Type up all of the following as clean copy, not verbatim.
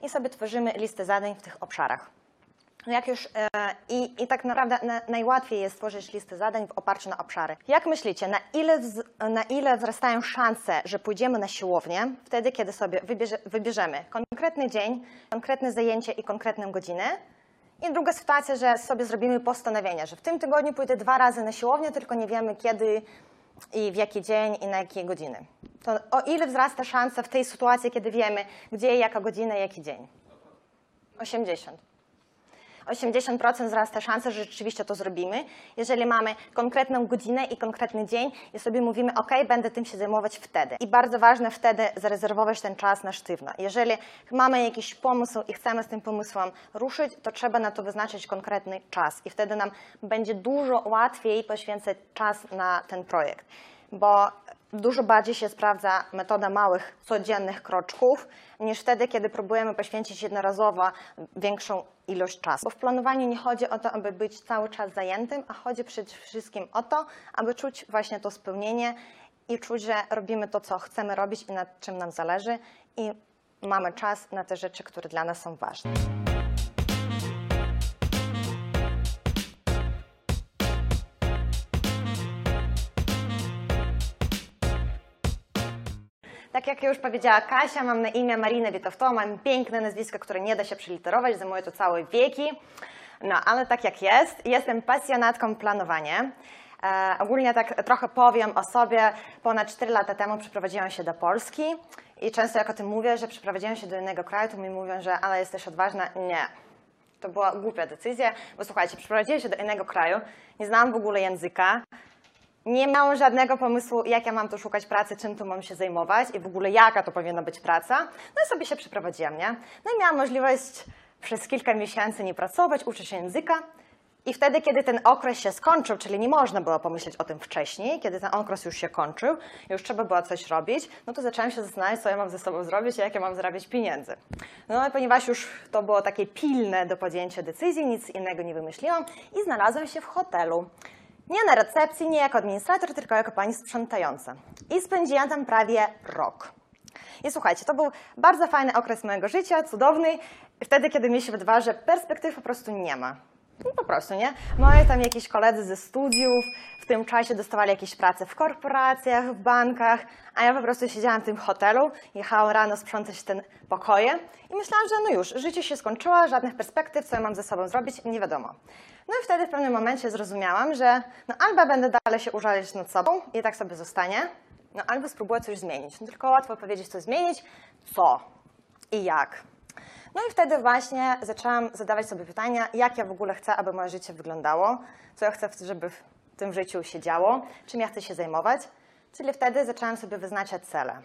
i sobie tworzymy listę zadań w tych obszarach. Jak już, i tak naprawdę najłatwiej jest stworzyć listę zadań w oparciu na obszary. Jak myślicie, na ile wzrastają szanse, że pójdziemy na siłownię wtedy, kiedy sobie wybierzemy konkretny dzień, konkretne zajęcie i konkretną godzinę? I druga sytuacja, że sobie zrobimy postanowienie, że w tym tygodniu pójdę 2 razy na siłownię, tylko nie wiemy kiedy i w jaki dzień i na jakie godziny. To o ile wzrasta szansa w tej sytuacji, kiedy wiemy, gdzie, jaka godzina, jaki dzień? 80% wzrasta szansa, że rzeczywiście to zrobimy. Jeżeli mamy konkretną godzinę i konkretny dzień i sobie mówimy, ok, będę tym się zajmować wtedy. I bardzo ważne wtedy zarezerwować ten czas na sztywno. Jeżeli mamy jakiś pomysł i chcemy z tym pomysłem ruszyć, to trzeba na to wyznaczyć konkretny czas. I wtedy nam będzie dużo łatwiej poświęcać czas na ten projekt. Bo dużo bardziej się sprawdza metoda małych, codziennych kroczków, niż wtedy, kiedy próbujemy poświęcić jednorazowo większą ilość czasu. Bo w planowaniu nie chodzi o to, aby być cały czas zajętym, a chodzi przede wszystkim o to, aby czuć właśnie to spełnienie i czuć, że robimy to, co chcemy robić i nad czym nam zależy i mamy czas na te rzeczy, które dla nas są ważne. Tak jak już powiedziała Kasia, mam na imię Marina Witowto, mam piękne nazwisko, które nie da się przeliterować, zajmuje to całe wieki. No, ale tak jak jest, jestem pasjonatką planowania. Ogólnie tak trochę powiem o sobie. Ponad 4 lata temu przeprowadziłam się do Polski i często jak o tym mówię, że przeprowadziłam się do innego kraju, to mi mówią, że ale jesteś odważna. Nie. To była głupia decyzja, bo słuchajcie, przeprowadziłam się do innego kraju, nie znałam w ogóle języka. Nie miałam żadnego pomysłu, jak ja mam tu szukać pracy, czym tu mam się zajmować i w ogóle jaka to powinna być praca. No i sobie się przeprowadziłam, nie? No i miałam możliwość przez kilka miesięcy nie pracować, uczyć się języka. I wtedy, kiedy ten okres się skończył, czyli nie można było pomyśleć o tym wcześniej, kiedy ten okres już się kończył, już trzeba było coś robić, no to zaczęłam się zastanawiać, co ja mam ze sobą zrobić i jak ja mam zarabiać pieniędzy. No i ponieważ już to było takie pilne do podjęcia decyzji, nic innego nie wymyśliłam i znalazłam się w hotelu. Nie na recepcji, nie jako administrator, tylko jako pani sprzątająca. I spędziłam tam prawie rok. I słuchajcie, to był bardzo fajny okres mojego życia, cudowny. Wtedy, kiedy mi się wydawało, że perspektyw po prostu nie ma. No po prostu, nie? Moi tam jakieś koledzy ze studiów w tym czasie dostawali jakieś prace w korporacjach, w bankach, a ja po prostu siedziałam w tym hotelu, jechałam rano sprzątać ten pokoje i myślałam, że no już, życie się skończyło, żadnych perspektyw, co ja mam ze sobą zrobić, nie wiadomo. No i wtedy w pewnym momencie zrozumiałam, że no albo będę dalej się użalać nad sobą i tak sobie zostanie, no albo spróbuję coś zmienić. No tylko łatwo powiedzieć, co zmienić, co i jak. No i wtedy właśnie zaczęłam zadawać sobie pytania, jak ja w ogóle chcę, aby moje życie wyglądało, co ja chcę, żeby w tym życiu się działo, czym ja chcę się zajmować. Czyli wtedy zaczęłam sobie wyznaczać cele.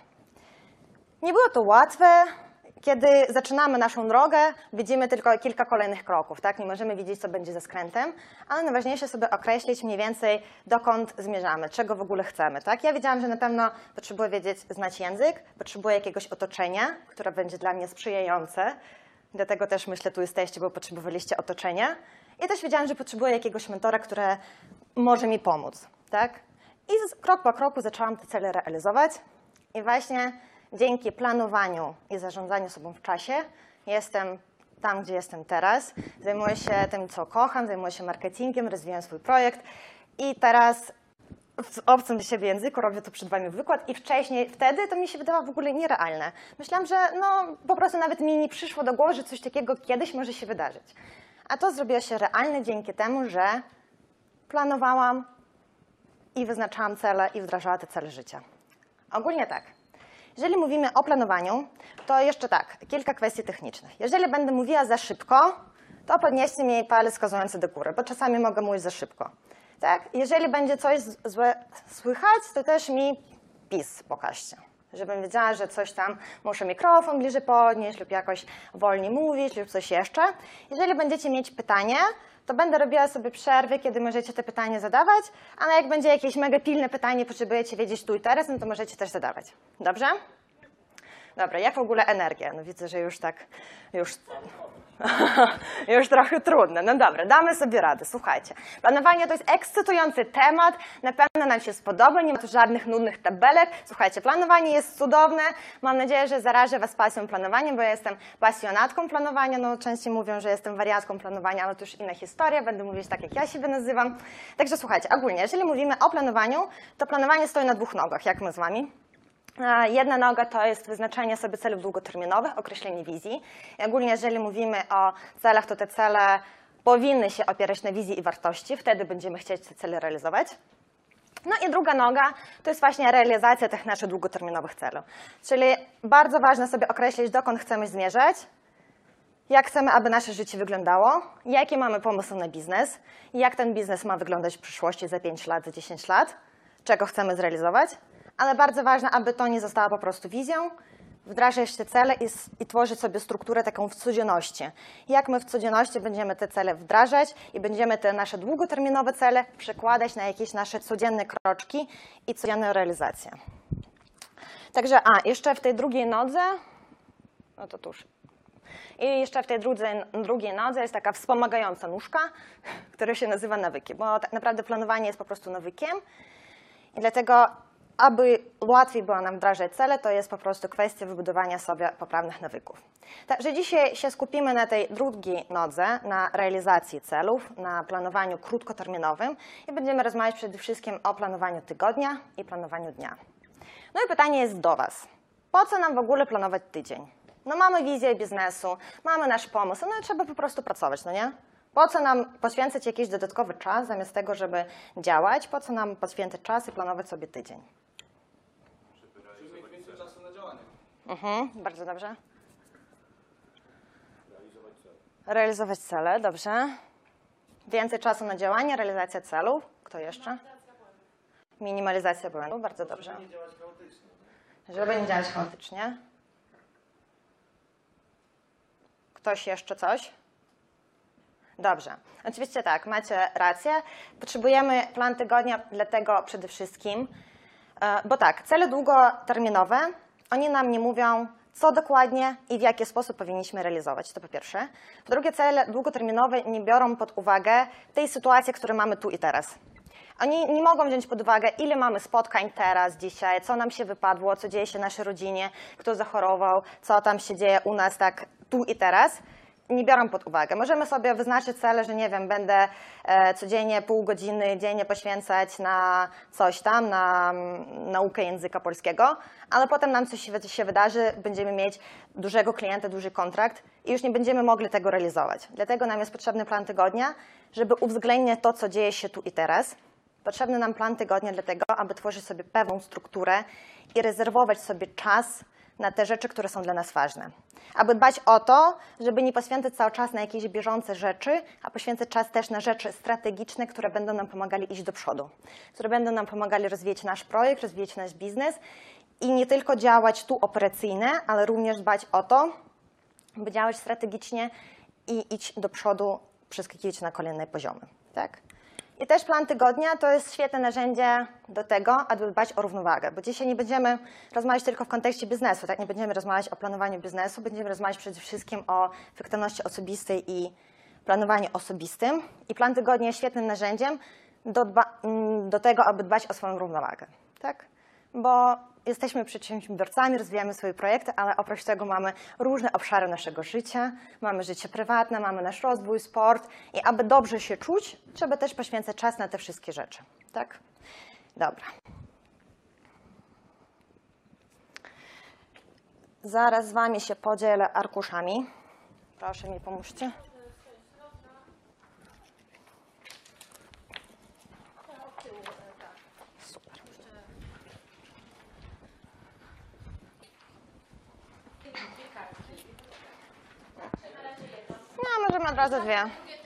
Nie było to łatwe. Kiedy zaczynamy naszą drogę, widzimy tylko kilka kolejnych kroków, tak? Nie możemy widzieć, co będzie ze skrętem, ale najważniejsze sobie określić mniej więcej, dokąd zmierzamy, czego w ogóle chcemy, tak? Ja wiedziałam, że na pewno potrzebuję znać język, potrzebuję jakiegoś otoczenia, które będzie dla mnie sprzyjające. Dlatego też myślę, tu jesteście, bo potrzebowaliście otoczenia. I też wiedziałam, że potrzebuję jakiegoś mentora, który może mi pomóc, tak? I krok po kroku zaczęłam te cele realizować i właśnie dzięki planowaniu i zarządzaniu sobą w czasie jestem tam, gdzie jestem teraz. Zajmuję się tym, co kocham, zajmuję się marketingiem, rozwijam swój projekt i teraz w obcym dla siebie języku robię tu przed wami wykład i wtedy to mi się wydawało w ogóle nierealne. Myślałam, że no po prostu nawet mi nie przyszło do głowy, że coś takiego kiedyś może się wydarzyć. A to zrobiło się realne dzięki temu, że planowałam i wyznaczałam cele i wdrażałam te cele życia. Ogólnie tak. Jeżeli mówimy o planowaniu, to jeszcze tak, kilka kwestii technicznych. Jeżeli będę mówiła za szybko, to podnieście mi palec wskazujący do góry, bo czasami mogę mówić za szybko. Tak? Jeżeli będzie coś złe słychać, to też mi PiS pokażcie, żebym wiedziała, że coś tam muszę mikrofon bliżej podnieść lub jakoś wolniej mówić lub coś jeszcze. Jeżeli będziecie mieć pytanie, to będę robiła sobie przerwy, kiedy możecie te pytania zadawać, ale jak będzie jakieś mega pilne pytanie, potrzebujecie wiedzieć tu i teraz, no to możecie też zadawać. Dobrze? Dobra, jak w ogóle energia? No widzę, że już trochę trudne. No dobra, damy sobie radę. Słuchajcie, planowanie to jest ekscytujący temat, na pewno nam się spodoba, nie ma tu żadnych nudnych tabelek. Słuchajcie, planowanie jest cudowne, mam nadzieję, że zarażę Was pasją planowania, bo ja jestem pasjonatką planowania, no częściej mówią, że jestem wariatką planowania, ale to już inna historia, będę mówić tak, jak ja siebie nazywam. Także słuchajcie, ogólnie, jeżeli mówimy o planowaniu, to planowanie stoi na dwóch nogach, jak my z Wami. Jedna noga to jest wyznaczenie sobie celów długoterminowych, określenie wizji. I ogólnie jeżeli mówimy o celach, to te cele powinny się opierać na wizji i wartości, wtedy będziemy chcieć te cele realizować. No i druga noga to jest właśnie realizacja tych naszych długoterminowych celów. Czyli bardzo ważne sobie określić, dokąd chcemy zmierzać, jak chcemy, aby nasze życie wyglądało, jaki mamy pomysł na biznes, jak ten biznes ma wyglądać w przyszłości za 5 lat, za 10 lat, czego chcemy zrealizować. Ale bardzo ważne, aby to nie zostało po prostu wizją, wdrażać te cele i tworzyć sobie strukturę taką w codzienności. Jak my w codzienności będziemy te cele wdrażać i będziemy te nasze długoterminowe cele przekładać na jakieś nasze codzienne kroczki i codzienne realizacje. Także, jeszcze w tej drugiej nodze, no to tuż. I jeszcze w tej drugiej nodze jest taka wspomagająca nóżka, która się nazywa nawyki, bo tak naprawdę planowanie jest po prostu nawykiem i dlatego aby łatwiej było nam wdrażać cele, to jest po prostu kwestia wybudowania sobie poprawnych nawyków. Także dzisiaj się skupimy na tej drugiej nodze, na realizacji celów, na planowaniu krótkoterminowym i będziemy rozmawiać przede wszystkim o planowaniu tygodnia i planowaniu dnia. No i pytanie jest do Was. Po co nam w ogóle planować tydzień? No mamy wizję biznesu, mamy nasz pomysł, no i trzeba po prostu pracować, no nie? Po co nam poświęcać jakiś dodatkowy czas zamiast tego, żeby działać? Po co nam poświęcać czas i planować sobie tydzień? Czasu na działanie. Bardzo dobrze. Realizować cele, dobrze. Więcej czasu na działanie, realizacja celów. Kto jeszcze? Minimalizacja błędów, bardzo dobrze. Żeby nie działać chaotycznie. Żeby nie działać chaotycznie. Ktoś jeszcze coś? Dobrze. Oczywiście tak, macie rację. Potrzebujemy plan tygodnia dlatego przede wszystkim, bo tak, cele długoterminowe, oni nam nie mówią, co dokładnie i w jaki sposób powinniśmy realizować, to po pierwsze. Po drugie, cele długoterminowe nie biorą pod uwagę tej sytuacji, którą mamy tu i teraz. Oni nie mogą wziąć pod uwagę, ile mamy spotkań teraz, dzisiaj, co nam się wypadło, co dzieje się w naszej rodzinie, kto zachorował, co tam się dzieje u nas tak tu i teraz. Nie biorą pod uwagę. Możemy sobie wyznaczyć cele, że nie wiem, będę codziennie pół godziny dziennie poświęcać na coś tam, na naukę języka polskiego, ale potem nam coś się wydarzy, będziemy mieć dużego klienta, duży kontrakt i już nie będziemy mogli tego realizować. Dlatego nam jest potrzebny plan tygodnia, żeby uwzględniać to, co dzieje się tu i teraz. Potrzebny nam plan tygodnia dlatego, aby tworzyć sobie pewną strukturę i rezerwować sobie czas na te rzeczy, które są dla nas ważne. Aby dbać o to, żeby nie poświęcać cały czas na jakieś bieżące rzeczy, a poświęcać czas też na rzeczy strategiczne, które będą nam pomagali iść do przodu, które będą nam pomagali rozwijać nasz projekt, rozwijać nasz biznes i nie tylko działać tu operacyjne, ale również dbać o to, by działać strategicznie i iść do przodu, przeskakiwać na kolejne poziomy. Tak? I też plan tygodnia to jest świetne narzędzie do tego, aby dbać o równowagę, bo dzisiaj nie będziemy rozmawiać tylko w kontekście biznesu, tak? Nie będziemy rozmawiać o planowaniu biznesu, będziemy rozmawiać przede wszystkim o efektywności osobistej i planowaniu osobistym. I plan tygodnia jest świetnym narzędziem do tego, aby dbać o swoją równowagę, tak? Bo jesteśmy przedsiębiorcami, rozwijamy swoje projekty, ale oprócz tego mamy różne obszary naszego życia. Mamy życie prywatne, mamy nasz rozwój, sport i aby dobrze się czuć, trzeba też poświęcać czas na te wszystkie rzeczy. Tak? Dobra. Zaraz z Wami się podzielę arkuszami. Proszę mi pomóżcie. No, możemy od razu dwie.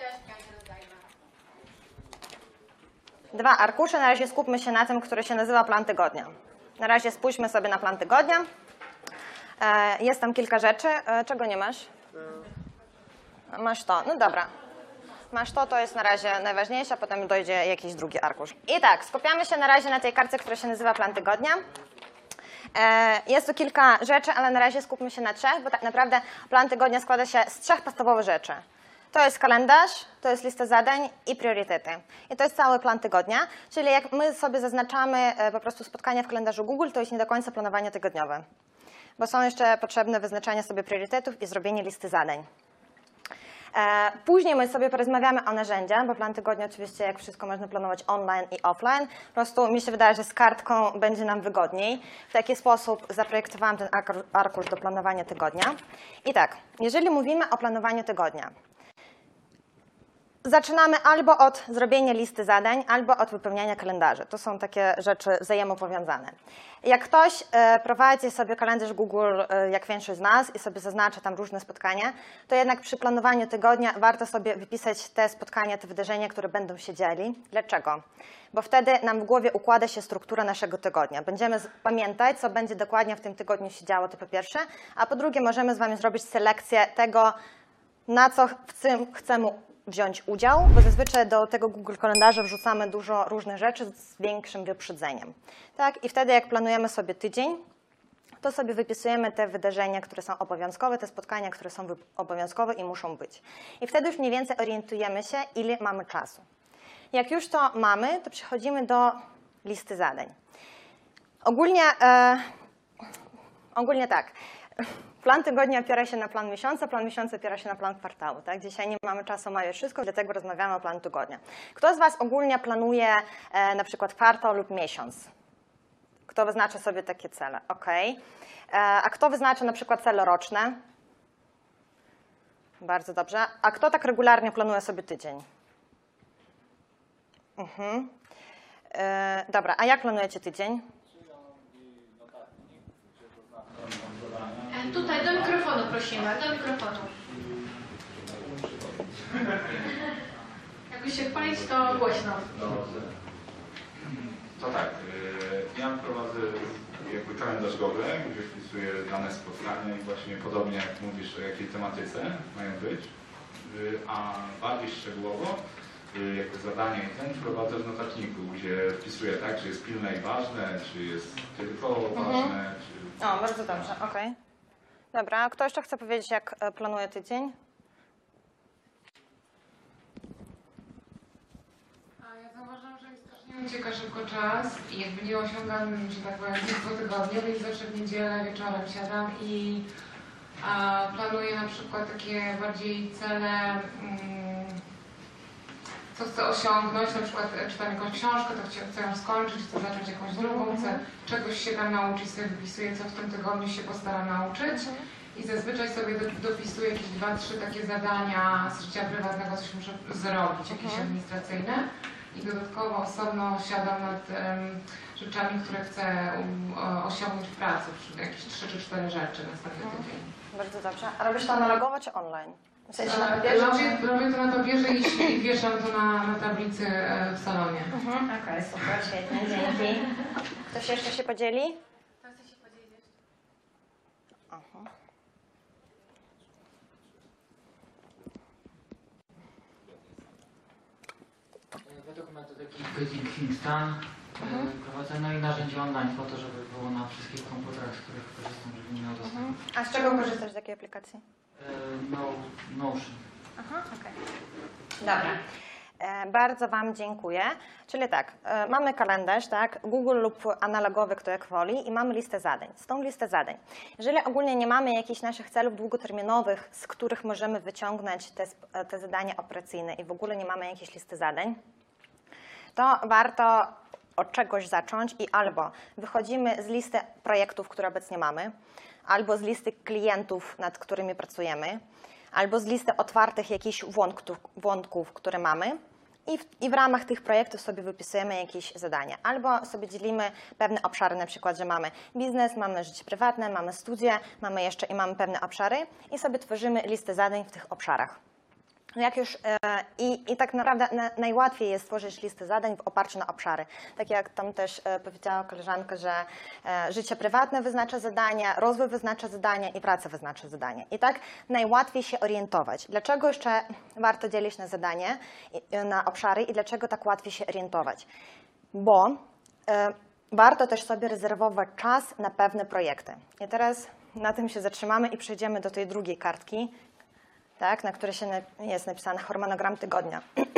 Dwa arkusze. Na razie skupmy się na tym, który się nazywa plan tygodnia. Na razie spójrzmy sobie na plan tygodnia. Jest tam kilka rzeczy. Czego nie masz? Masz to. No dobra. Masz to, to jest na razie najważniejsze, a potem dojdzie jakiś drugi arkusz. I tak, skupiamy się na razie na tej kartce, która się nazywa plan tygodnia. Jest tu kilka rzeczy, ale na razie skupmy się na 3, bo tak naprawdę plan tygodnia składa się z 3 podstawowych rzeczy. To jest kalendarz, to jest lista zadań i priorytety. I to jest cały plan tygodnia, czyli jak my sobie zaznaczamy po prostu spotkania w kalendarzu Google, to jest nie do końca planowanie tygodniowe, bo są jeszcze potrzebne wyznaczanie sobie priorytetów i zrobienie listy zadań. Później my sobie porozmawiamy o narzędziach, bo plan tygodnia oczywiście jak wszystko można planować online i offline. Po prostu mi się wydaje, że z kartką będzie nam wygodniej. W taki sposób zaprojektowałam ten arkusz do planowania tygodnia. I tak, jeżeli mówimy o planowaniu tygodnia, zaczynamy albo od zrobienia listy zadań, albo od wypełniania kalendarza. To są takie rzeczy wzajemnopowiązane. Jak ktoś prowadzi sobie kalendarz Google, jak większość z nas, i sobie zaznacza tam różne spotkania, to jednak przy planowaniu tygodnia warto sobie wypisać te spotkania, te wydarzenia, które będą się dzieli. Dlaczego? Bo wtedy nam w głowie układa się struktura naszego tygodnia. Będziemy pamiętać, co będzie dokładnie w tym tygodniu się działo, to po pierwsze, a po drugie możemy z Wami zrobić selekcję tego, na co chcemy wziąć udział, bo zazwyczaj do tego Google Kalendarza wrzucamy dużo różnych rzeczy z większym wyprzedzeniem. Tak? I wtedy jak planujemy sobie tydzień, to sobie wypisujemy te wydarzenia, które są obowiązkowe, te spotkania, które są obowiązkowe i muszą być. I wtedy już mniej więcej orientujemy się, ile mamy czasu. Jak już to mamy, to przechodzimy do listy zadań. Ogólnie tak. Plan tygodnia opiera się na plan miesiąca opiera się na plan kwartału. Tak? Dzisiaj nie mamy czasu omawiać wszystko, dlatego rozmawiamy o planie tygodnia. Kto z Was ogólnie planuje na przykład kwartał lub miesiąc? Kto wyznacza sobie takie cele? OK. A kto wyznacza na przykład cele roczne? Bardzo dobrze. A kto tak regularnie planuje sobie tydzień? Dobra, a jak planujecie tydzień? Tutaj, do mikrofonu prosimy, do mikrofonu. Jakby się chwalić, to głośno. Dobrze. To tak, ja prowadzę jakby kalendarz Google, gdzie wpisuję dane spotkania i właśnie podobnie jak mówisz, o jakiej tematyce mają być, a bardziej szczegółowo jakby zadania i ten prowadzę w notatniku, gdzie wpisuję tak, czy jest pilne i ważne, czy jest tylko ważne. Czy... O, bardzo dobrze, OK. Dobra, kto jeszcze chce powiedzieć, jak planuje tydzień? Ja zauważam, że mi strasznie ucieka szybko czas i jakby nie osiągam, że tak powiem, nic po tygodniu, więc zawsze w niedzielę wieczorem siadam i planuję na przykład takie bardziej cele, co chcę osiągnąć, na przykład czytam jakąś książkę, to chcę ją skończyć, chcę zacząć jakąś drugą, chcę czegoś się tam nauczyć, sobie wypisuję, co w tym tygodniu się postaram nauczyć i zazwyczaj sobie dopisuję jakieś 2-3 takie zadania z życia prywatnego, coś muszę zrobić, jakieś administracyjne i dodatkowo osobno siadam nad rzeczami, które chcę osiągnąć w pracy, jakieś 3 czy 4 rzeczy następny tydzień. Bardzo dobrze. A robisz to analogowo czy online? W sensie na papierze? Robię to na papierze i wieszam to na tablicy w salonie. Okej, super, świetnie, dzięki. Ktoś jeszcze się podzieli? To chcę się podzielić. Według metodyki Getting Things Done prowadzono i narzędzie online po to, żeby było na wszystkich komputerach, z których korzystam, żeby miał dostęp. A z czego korzystasz z takiej aplikacji? Notion. Aha, okej. Dobra. Bardzo Wam dziękuję. Czyli tak, mamy kalendarz, tak, Google lub analogowy, kto jak woli, i mamy listę zadań. Z tą listę zadań, jeżeli ogólnie nie mamy jakichś naszych celów długoterminowych, z których możemy wyciągnąć te zadania operacyjne i w ogóle nie mamy jakiejś listy zadań, to warto od czegoś zacząć i albo wychodzimy z listy projektów, które obecnie mamy, albo z listy klientów, nad którymi pracujemy, albo z listy otwartych jakichś wątków, które mamy i w ramach tych projektów sobie wypisujemy jakieś zadania. Albo sobie dzielimy pewne obszary, na przykład, że mamy biznes, mamy życie prywatne, mamy studia, mamy pewne obszary i sobie tworzymy listę zadań w tych obszarach. Jak już, I tak naprawdę najłatwiej jest stworzyć listę zadań w oparciu na obszary. Tak jak tam też powiedziała koleżanka, że życie prywatne wyznacza zadania, rozwój wyznacza zadania i praca wyznacza zadania. I tak najłatwiej się orientować. Dlaczego jeszcze warto dzielić na zadanie, na obszary i dlaczego tak łatwiej się orientować? Bo warto też sobie rezerwować czas na pewne projekty. I teraz na tym się zatrzymamy i przejdziemy do tej drugiej kartki, tak, na której jest napisane harmonogram tygodnia.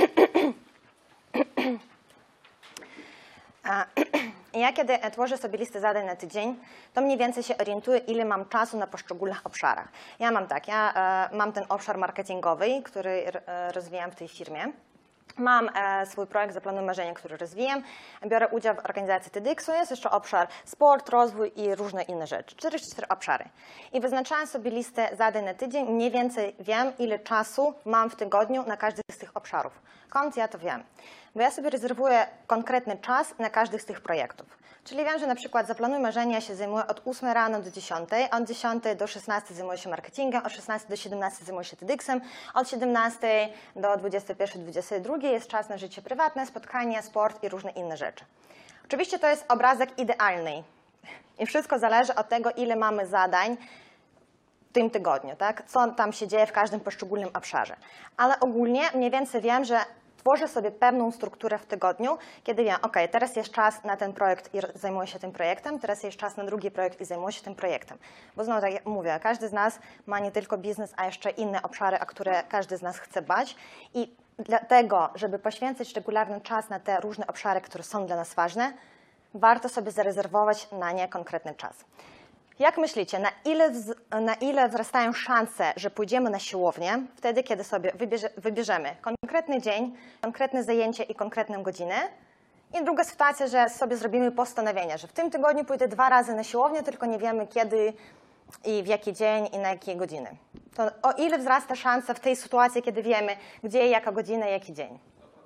Ja kiedy tworzę sobie listę zadań na tydzień, to mniej więcej się orientuję, ile mam czasu na poszczególnych obszarach. Ja mam ten obszar marketingowy, który rozwijam w tej firmie. Mam swój projekt Zaplanuj Marzenie, który rozwijam. Biorę udział w organizacji TEDxu. Jest jeszcze obszar sport, rozwój i różne inne rzeczy. 4 obszary. I wyznaczając sobie listę zadań na tydzień, mniej więcej wiem, ile czasu mam w tygodniu na każdy z tych obszarów. Skąd ja to wiem? Bo ja sobie rezerwuję konkretny czas na każdy z tych projektów. Czyli wiem, że na przykład Zaplanuj Marzenie ja się zajmuję od 8 rano do 10, od 10 do 16 zajmuję się marketingiem, od 16 do 17 zajmuję się TEDxem, od 17 do 21-22 jest czas na życie prywatne, spotkania, sport i różne inne rzeczy. Oczywiście to jest obrazek idealny i wszystko zależy od tego, ile mamy zadań w tym tygodniu, tak? Co tam się dzieje w każdym poszczególnym obszarze. Ale ogólnie mniej więcej wiem, że tworzę sobie pewną strukturę w tygodniu, kiedy wiem, ok, teraz jest czas na ten projekt i zajmuję się tym projektem, teraz jest czas na drugi projekt i zajmuję się tym projektem. Bo znowu, tak jak mówię, każdy z nas ma nie tylko biznes, a jeszcze inne obszary, o które każdy z nas chce dbać. I dlatego, żeby poświęcać regularny czas na te różne obszary, które są dla nas ważne, warto sobie zarezerwować na nie konkretny czas. Jak myślicie, na ile wzrastają szanse, że pójdziemy na siłownię wtedy, kiedy sobie wybierzemy konkretny dzień, konkretne zajęcie i konkretną godzinę? I druga sytuacja, że sobie zrobimy postanowienie, że w tym tygodniu pójdę 2 razy na siłownię, tylko nie wiemy kiedy i w jaki dzień i na jakie godziny. To o ile wzrasta szansa w tej sytuacji, kiedy wiemy, gdzie, jaka godzina, jaki dzień?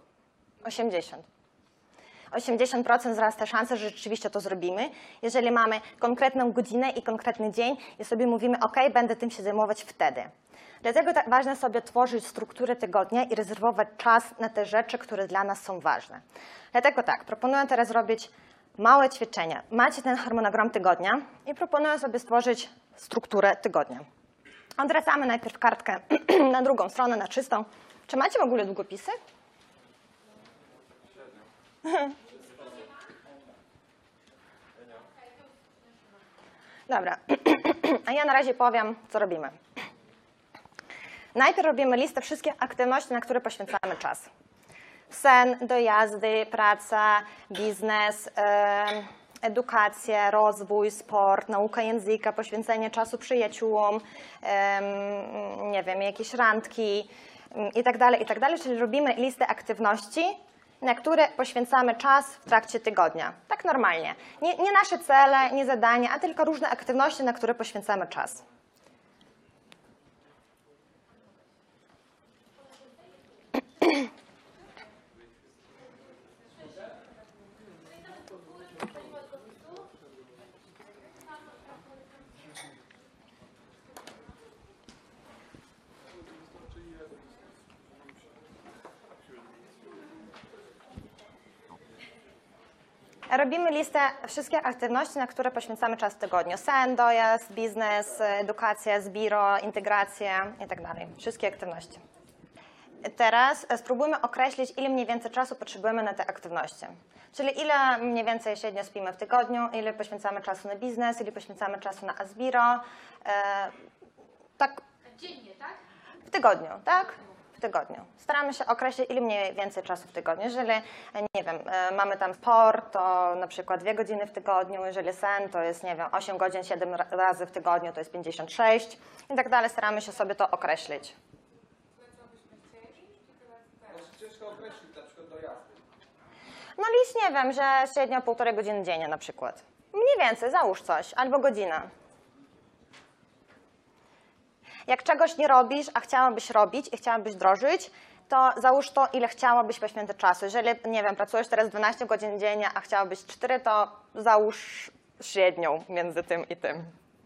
80% wzrasta szansa, że rzeczywiście to zrobimy. Jeżeli mamy konkretną godzinę i konkretny dzień i sobie mówimy, ok, będę tym się zajmować wtedy. Dlatego tak ważne sobie tworzyć strukturę tygodnia i rezerwować czas na te rzeczy, które dla nas są ważne. Dlatego tak, proponuję teraz zrobić małe ćwiczenia. Macie ten harmonogram tygodnia i proponuję sobie stworzyć strukturę tygodnia. Odwracamy najpierw kartkę na drugą stronę, na czystą. Czy macie w ogóle długopisy? Dobra, a ja na razie powiem, co robimy. Najpierw robimy listę wszystkich aktywności, na które poświęcamy czas. Sen, dojazdy, praca, biznes, edukacja, rozwój, sport, nauka języka, poświęcenie czasu przyjaciółom, nie wiem, jakieś randki itd., czyli robimy listę aktywności, na które poświęcamy czas w trakcie tygodnia. Tak normalnie. Nie nasze cele, nie zadania, a tylko różne aktywności, na które poświęcamy czas. Robimy listę wszystkich aktywności, na które poświęcamy czas w tygodniu. Sen, dojazd, biznes, edukacja, zbiro, integracja itd. Wszystkie aktywności. Teraz spróbujmy określić, ile mniej więcej czasu potrzebujemy na te aktywności. Czyli ile mniej więcej średnio spimy w tygodniu, ile poświęcamy czasu na biznes, ile poświęcamy czasu na Asbiro. Tak. Dziennie, tak? W tygodniu, tak? W tygodniu. Staramy się określić, ile mniej więcej czasu w tygodniu. Jeżeli, nie wiem, mamy tam sport, to na przykład 2 godziny w tygodniu. Jeżeli sen, to jest, nie wiem, 8 godzin, 7 razy w tygodniu, to jest 56 i tak dalej. Staramy się sobie to określić. Ciężko określić na przykład dojazdy. No list, nie wiem, że średnio 1,5 godziny dziennie na przykład. Mniej więcej, załóż coś, albo godzina. Jak czegoś nie robisz, a chciałabyś robić i chciałabyś wdrożyć, to załóż to, ile chciałabyś poświęcić czasu. Jeżeli, nie wiem, pracujesz teraz 12 godzin dziennie, a chciałabyś 4, to załóż średnią między tym i tym.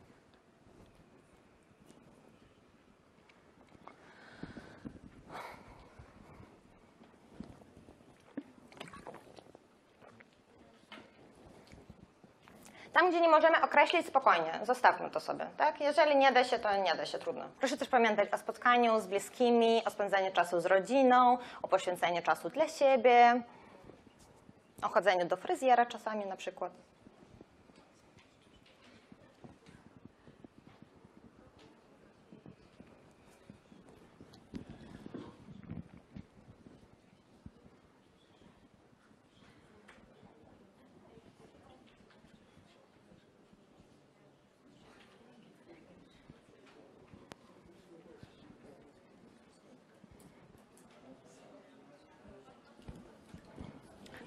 Tam, gdzie nie możemy określić, spokojnie, zostawmy to sobie. Tak? Jeżeli nie da się, to nie da się, trudno. Proszę też pamiętać o spotkaniu z bliskimi, o spędzaniu czasu z rodziną, o poświęceniu czasu dla siebie, o chodzeniu do fryzjera czasami na przykład.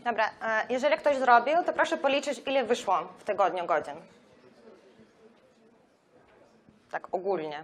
Dobra, jeżeli ktoś zrobił, to proszę policzyć, ile wyszło w tygodniu godzin. Tak ogólnie.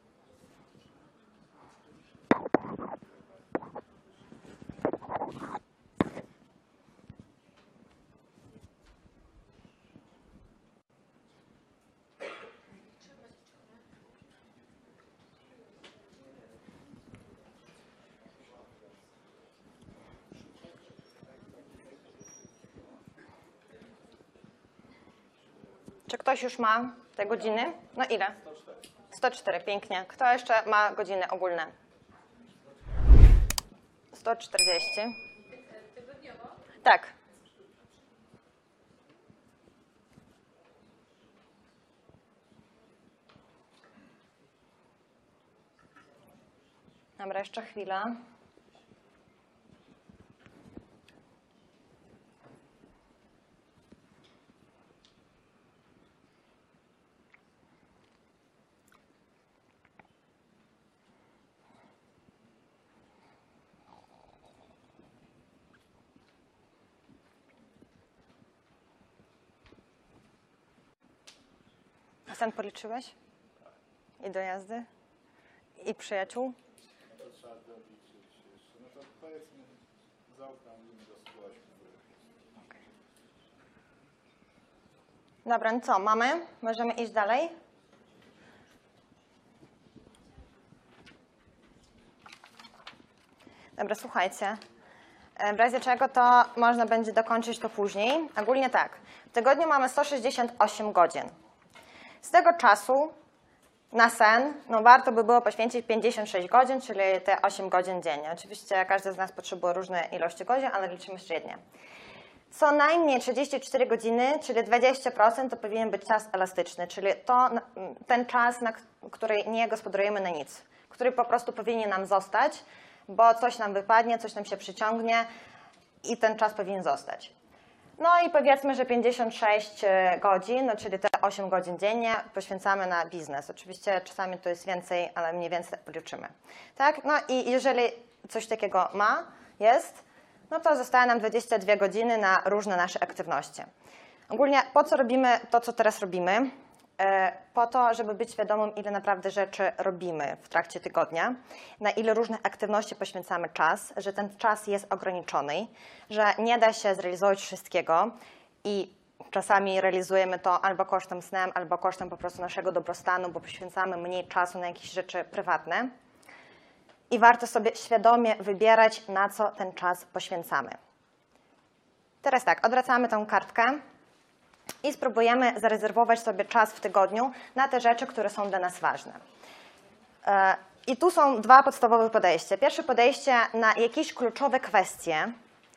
Czy ktoś już ma te godziny? No ile? 104, pięknie. Kto jeszcze ma godziny ogólne? 140. Tygodniowo? Tak. Dobra, jeszcze chwilę. A sen policzyłeś? I dojazdy? I przyjaciół? To trzeba doliczyć jeszcze. No to powiedzmy zaokrąglimy do 108. Dobra, no co, mamy? Możemy iść dalej? Dobra, słuchajcie. W razie czego to można będzie dokończyć to później. Ogólnie tak. W tygodniu mamy 168 godzin. Z tego czasu na sen warto by było poświęcić 56 godzin, czyli te 8 godzin dziennie. Oczywiście każdy z nas potrzebuje różne ilości godzin, ale liczymy średnie. Co najmniej 34 godziny, czyli 20% to powinien być czas elastyczny, czyli ten czas, na który nie gospodarujemy na nic, który po prostu powinien nam zostać, bo coś nam wypadnie, coś nam się przyciągnie i ten czas powinien zostać. No i powiedzmy, że 56 godzin, czyli te 8 godzin dziennie poświęcamy na biznes. Oczywiście czasami to jest więcej, ale mniej więcej policzymy. Tak? No i jeżeli coś takiego jest, no to zostaje nam 22 godziny na różne nasze aktywności. Ogólnie po co robimy to, co teraz robimy? Po to, żeby być świadomym, ile naprawdę rzeczy robimy w trakcie tygodnia, na ile różnych aktywności poświęcamy czas, że ten czas jest ograniczony, że nie da się zrealizować wszystkiego i czasami realizujemy to albo kosztem snem, albo kosztem po prostu naszego dobrostanu, bo poświęcamy mniej czasu na jakieś rzeczy prywatne. I warto sobie świadomie wybierać, na co ten czas poświęcamy. Teraz tak, odwracamy tą kartkę i spróbujemy zarezerwować sobie czas w tygodniu na te rzeczy, które są dla nas ważne. I tu są dwa podstawowe podejścia. Pierwsze podejście na jakieś kluczowe kwestie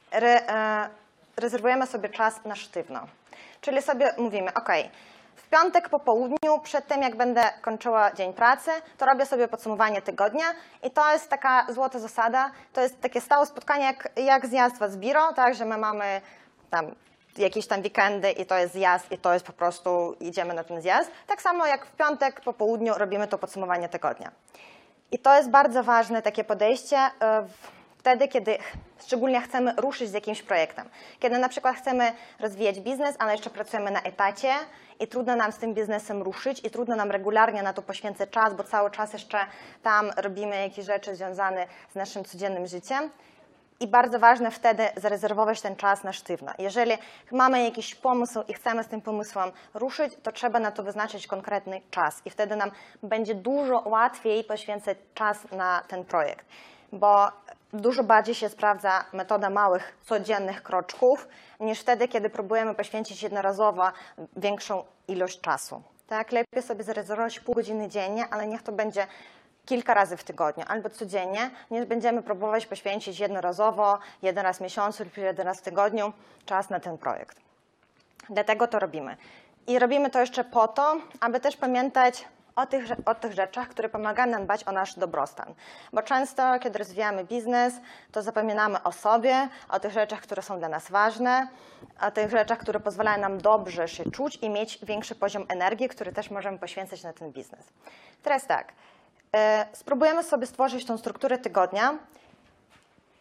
rezerwujemy sobie czas na sztywno. Czyli sobie mówimy, ok, w piątek po południu, przed tym jak będę kończyła dzień pracy, to robię sobie podsumowanie tygodnia i to jest taka złota zasada, to jest takie stałe spotkanie jak zjazd z biuro, tak, że my mamy tam jakieś tam weekendy i to jest zjazd i to jest po prostu idziemy na ten zjazd. Tak samo jak w piątek po południu robimy to podsumowanie tygodnia. I to jest bardzo ważne takie podejście wtedy, kiedy szczególnie chcemy ruszyć z jakimś projektem. Kiedy na przykład chcemy rozwijać biznes, ale jeszcze pracujemy na etacie i trudno nam z tym biznesem ruszyć i trudno nam regularnie na to poświęcać czas, bo cały czas jeszcze tam robimy jakieś rzeczy związane z naszym codziennym życiem. I bardzo ważne wtedy zarezerwować ten czas na sztywno. Jeżeli mamy jakiś pomysł i chcemy z tym pomysłem ruszyć, to trzeba na to wyznaczyć konkretny czas i wtedy nam będzie dużo łatwiej poświęcać czas na ten projekt, bo dużo bardziej się sprawdza metoda małych, codziennych kroczków, niż wtedy, kiedy próbujemy poświęcić jednorazowo większą ilość czasu. Tak, lepiej sobie zarezerwować pół godziny dziennie, ale niech to będzie kilka razy w tygodniu albo codziennie, niż będziemy próbować poświęcić jednorazowo, jeden raz w miesiącu lub jeden raz w tygodniu czas na ten projekt. Dlatego to robimy. I robimy to jeszcze po to, aby też pamiętać o tych rzeczach, które pomagają nam dbać o nasz dobrostan. Bo często, kiedy rozwijamy biznes, to zapominamy o sobie, o tych rzeczach, które są dla nas ważne, o tych rzeczach, które pozwalają nam dobrze się czuć i mieć większy poziom energii, który też możemy poświęcać na ten biznes. Teraz tak. Spróbujemy sobie stworzyć tą strukturę tygodnia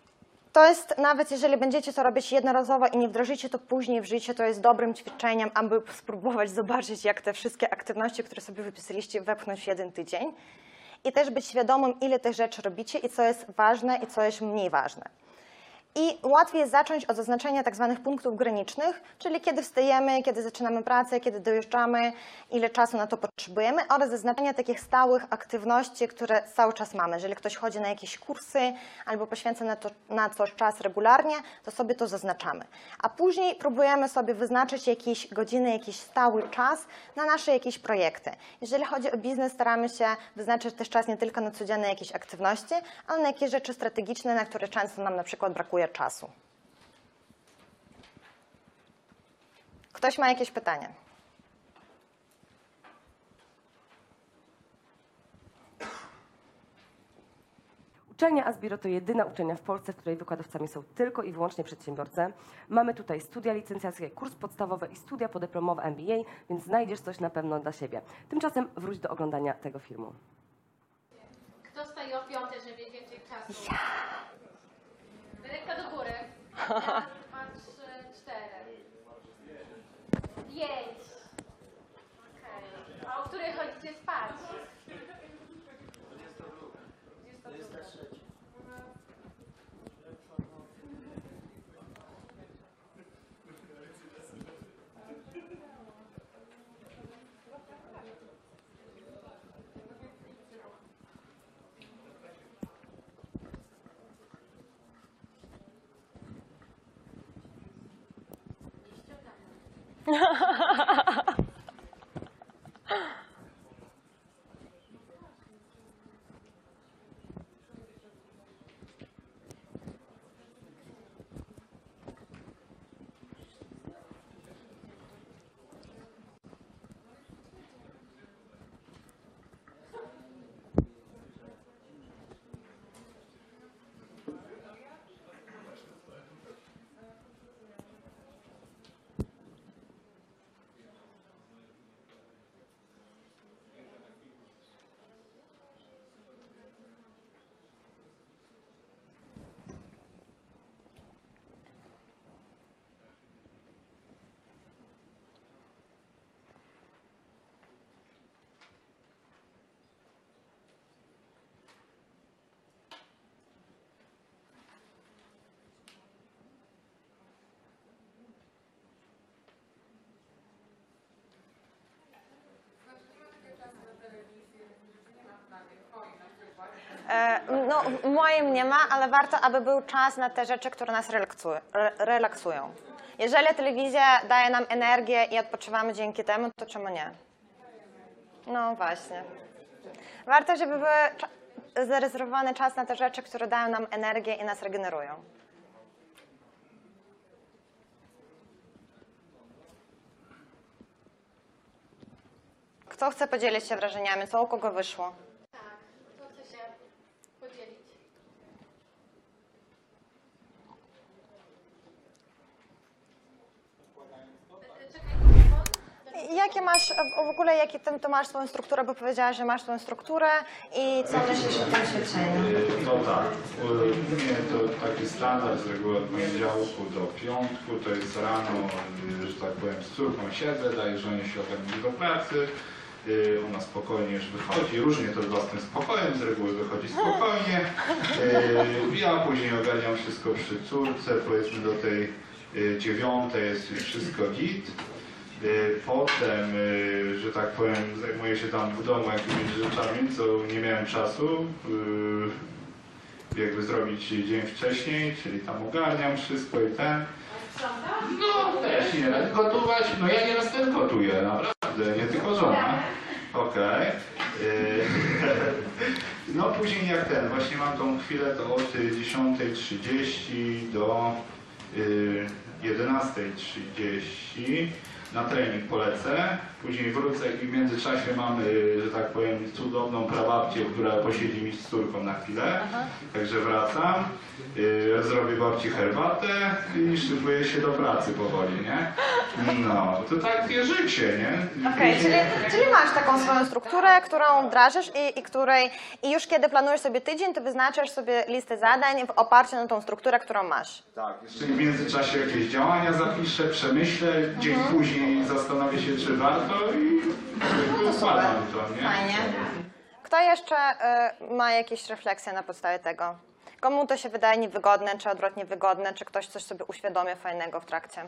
To jest, nawet jeżeli będziecie to robić jednorazowo i nie wdrożycie to później w życie, to jest dobrym ćwiczeniem, aby spróbować zobaczyć, jak te wszystkie aktywności, które sobie wypisaliście, wepchnąć w jeden tydzień. I też być świadomym, ile tych rzeczy robicie i co jest ważne i co jest mniej ważne. I łatwiej jest zacząć od zaznaczenia tak zwanych punktów granicznych, czyli kiedy wstajemy, kiedy zaczynamy pracę, kiedy dojeżdżamy, ile czasu na to potrzebujemy, oraz zaznaczenia takich stałych aktywności, które cały czas mamy. Jeżeli ktoś chodzi na jakieś kursy albo poświęca na coś czas regularnie, to sobie to zaznaczamy. A później próbujemy sobie wyznaczyć jakieś godziny, jakiś stały czas na nasze jakieś projekty. Jeżeli chodzi o biznes, staramy się wyznaczyć też czas nie tylko na codzienne jakieś aktywności, ale na jakieś rzeczy strategiczne, na które często nam na przykład brakuje czasu. Ktoś ma jakieś pytanie? Uczelnia Asbiro to jedyna uczelnia w Polsce, w której wykładowcami są tylko i wyłącznie przedsiębiorcy. Mamy tutaj studia licencjackie, kurs podstawowy i studia podyplomowe MBA, więc znajdziesz coś na pewno dla siebie. Tymczasem wróć do oglądania tego filmu. Kto wstaje o 5, żeby mieć więcej czasu? Ręka do góry. 1, 2, 3, 4. 5. Okej. A o której chodzicie spać? 22. No, moim nie ma, ale warto, aby był czas na te rzeczy, które nas relaksują. Jeżeli telewizja daje nam energię i odpoczywamy dzięki temu, to czemu nie? No właśnie. Warto, żeby był zarezerwowany czas na te rzeczy, które dają nam energię i nas regenerują. Kto chce podzielić się wrażeniami? Co u kogo wyszło? Tak, kto chce się podzielić? Czekaj, telefon? Jakie masz, w ogóle jaki ty masz swoją strukturę, bo powiedziałaś, że masz swoją strukturę i co myślisz o tym ćwiczeniu? No tak, u mnie to taki standard z reguły od poniedziałku do piątku, to jest rano, że tak powiem, z córką siedzę, daję żonie świadomie do pracy, ona spokojnie już wychodzi, różnie to bywa z tym spokojem, z reguły wychodzi spokojnie, ja później ogarniam wszystko przy córce, powiedzmy do tej 9 jest już wszystko git. Potem, że tak powiem, zajmuję się tam w domu jakimiś rzeczami, co nie miałem czasu jakby zrobić dzień wcześniej, czyli tam ogarniam wszystko i ten. No też nieraz gotować, no ja nieraz też gotuję, naprawdę, nie tylko żona. Okej. No później jak ten, właśnie mam tą chwilę to od 10:30 do 11:30 na trening polecę. później wrócę i w międzyczasie mamy, że tak powiem, cudowną prababcię, która posiedzi mi z córką na chwilę. Także wracam, zrobię babci herbatę i szykuję się do pracy powoli, nie? No, to takie życie, nie? Okej, czyli masz taką swoją strukturę, którą wdrażasz i już kiedy planujesz sobie tydzień, to wyznaczasz sobie listę zadań w oparciu na tą strukturę, którą masz. Tak, jeszcze w międzyczasie jakieś działania zapiszę, przemyślę, dzień później zastanowię się, czy warto i układam to, nie? Fajnie. Kto jeszcze ma jakieś refleksje na podstawie tego? Komu to się wydaje niewygodne, czy odwrotnie wygodne, czy ktoś coś sobie uświadomia fajnego w trakcie?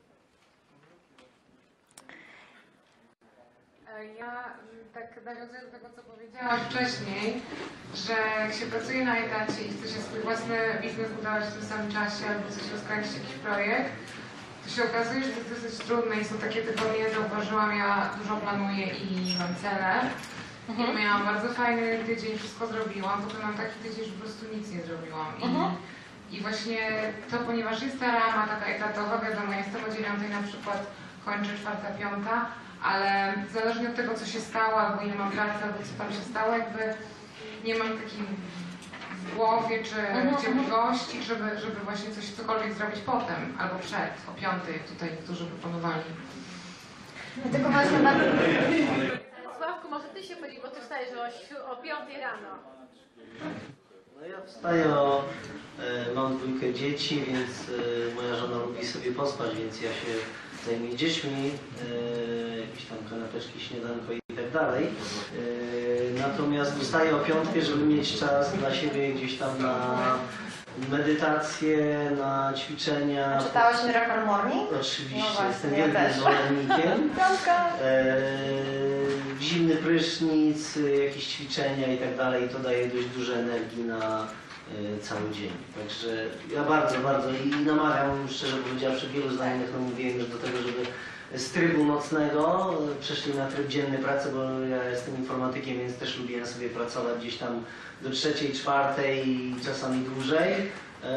Ja tak nawiązuję do tego, co powiedziałaś wcześniej, że jak się pracuje na etacie i chce się swój własny biznes budować w tym samym czasie albo chce się rozkręcić jakiś projekt, to się okazuje, że to jest dosyć trudne i są takie tygodnie, zauważyłam, ja dużo planuję i mam cele. I miałam bardzo fajny tydzień, wszystko zrobiłam, potem mam taki tydzień, że po prostu nic nie zrobiłam. I właśnie to, ponieważ jest ta rama taka etatowa, wiadomo, jestem o 9 na przykład, kończę 4, 5, ale zależnie od tego, co się stało, albo ile mam pracy, albo co tam się stało, jakby nie mam takiej w głowie czy cierpliwości, żeby właśnie cokolwiek zrobić potem, albo przed, o 5, jak tutaj niektórzy proponowali. Tylko właśnie bardzo... Sławku, może ty się podziel, bo ty wstajesz o 5 rano. No ja wstaję mam 2 dzieci, więc moja żona lubi sobie pospać, więc ja się zajmuję dziećmi, jakieś tam kanapeczki, śniadanko i tak dalej. Natomiast wstaję o 5, żeby mieć czas dla siebie gdzieś tam na medytację, na ćwiczenia. Czytałaś Miracle Morning? Oczywiście, No właśnie, jestem ja wielkim też. zwolennikiem. Zimny prysznic, jakieś ćwiczenia i tak dalej, to daje dość dużo energii na cały dzień. Także ja bardzo i namawiam, szczerze powiedziawszy, wielu znajomych namówiłem już do tego, żeby z trybu nocnego przeszli na tryb dzienny pracy, bo ja jestem informatykiem, więc też lubię sobie pracować gdzieś tam do 3, 4 i czasami dłużej.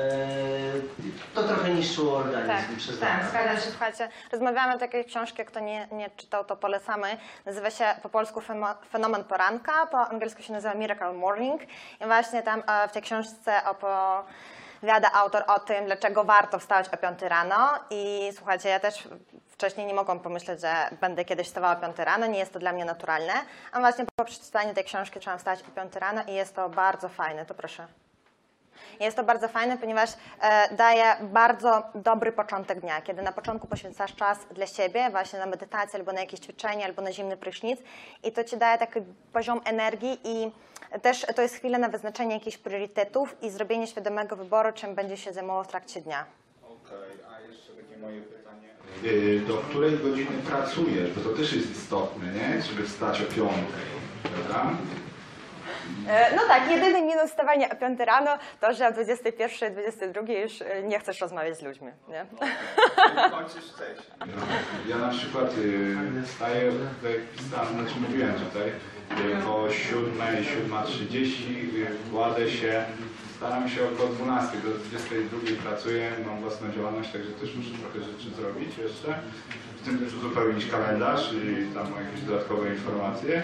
To trochę niszczyło organizm, przyznam. Tak, zgadzam się. Słuchajcie, rozmawiamy o takiej książce, kto nie czytał, to polecamy. Nazywa się po polsku Fenomen Poranka, po angielsku się nazywa Miracle Morning. I właśnie tam w tej książce opowiada autor o tym, dlaczego warto wstawać o 5 rano. I słuchajcie, ja też wcześniej nie mogłam pomyśleć, że będę kiedyś wstawała o 5 rano, nie jest to dla mnie naturalne. A właśnie po przeczytaniu tej książki trzeba wstać o 5 rano i jest to bardzo fajne, to proszę. Jest to bardzo fajne, ponieważ daje bardzo dobry początek dnia, kiedy na początku poświęcasz czas dla siebie, właśnie na medytację, albo na jakieś ćwiczenie, albo na zimny prysznic i to ci daje taki poziom energii i też to jest chwila na wyznaczenie jakichś priorytetów i zrobienie świadomego wyboru, czym będzie się zajmował w trakcie dnia. Okej, a jeszcze takie moje pytanie. Do której godziny pracujesz? Bo to też jest istotne, nie? Żeby wstać o 5, prawda? No tak, jedyny minus wstawania o 5 rano to, że o 21, 22 już nie chcesz rozmawiać z ludźmi, nie? Kończysz wcześniej. No, ja na przykład wstaję, znaczy mówiłem tutaj, o 7, 7:30, kładę się, staram się około 12, do 22 pracuję, mam własną działalność, także też muszę trochę rzeczy zrobić jeszcze. W tym też uzupełnić kalendarz i tam jakieś dodatkowe informacje.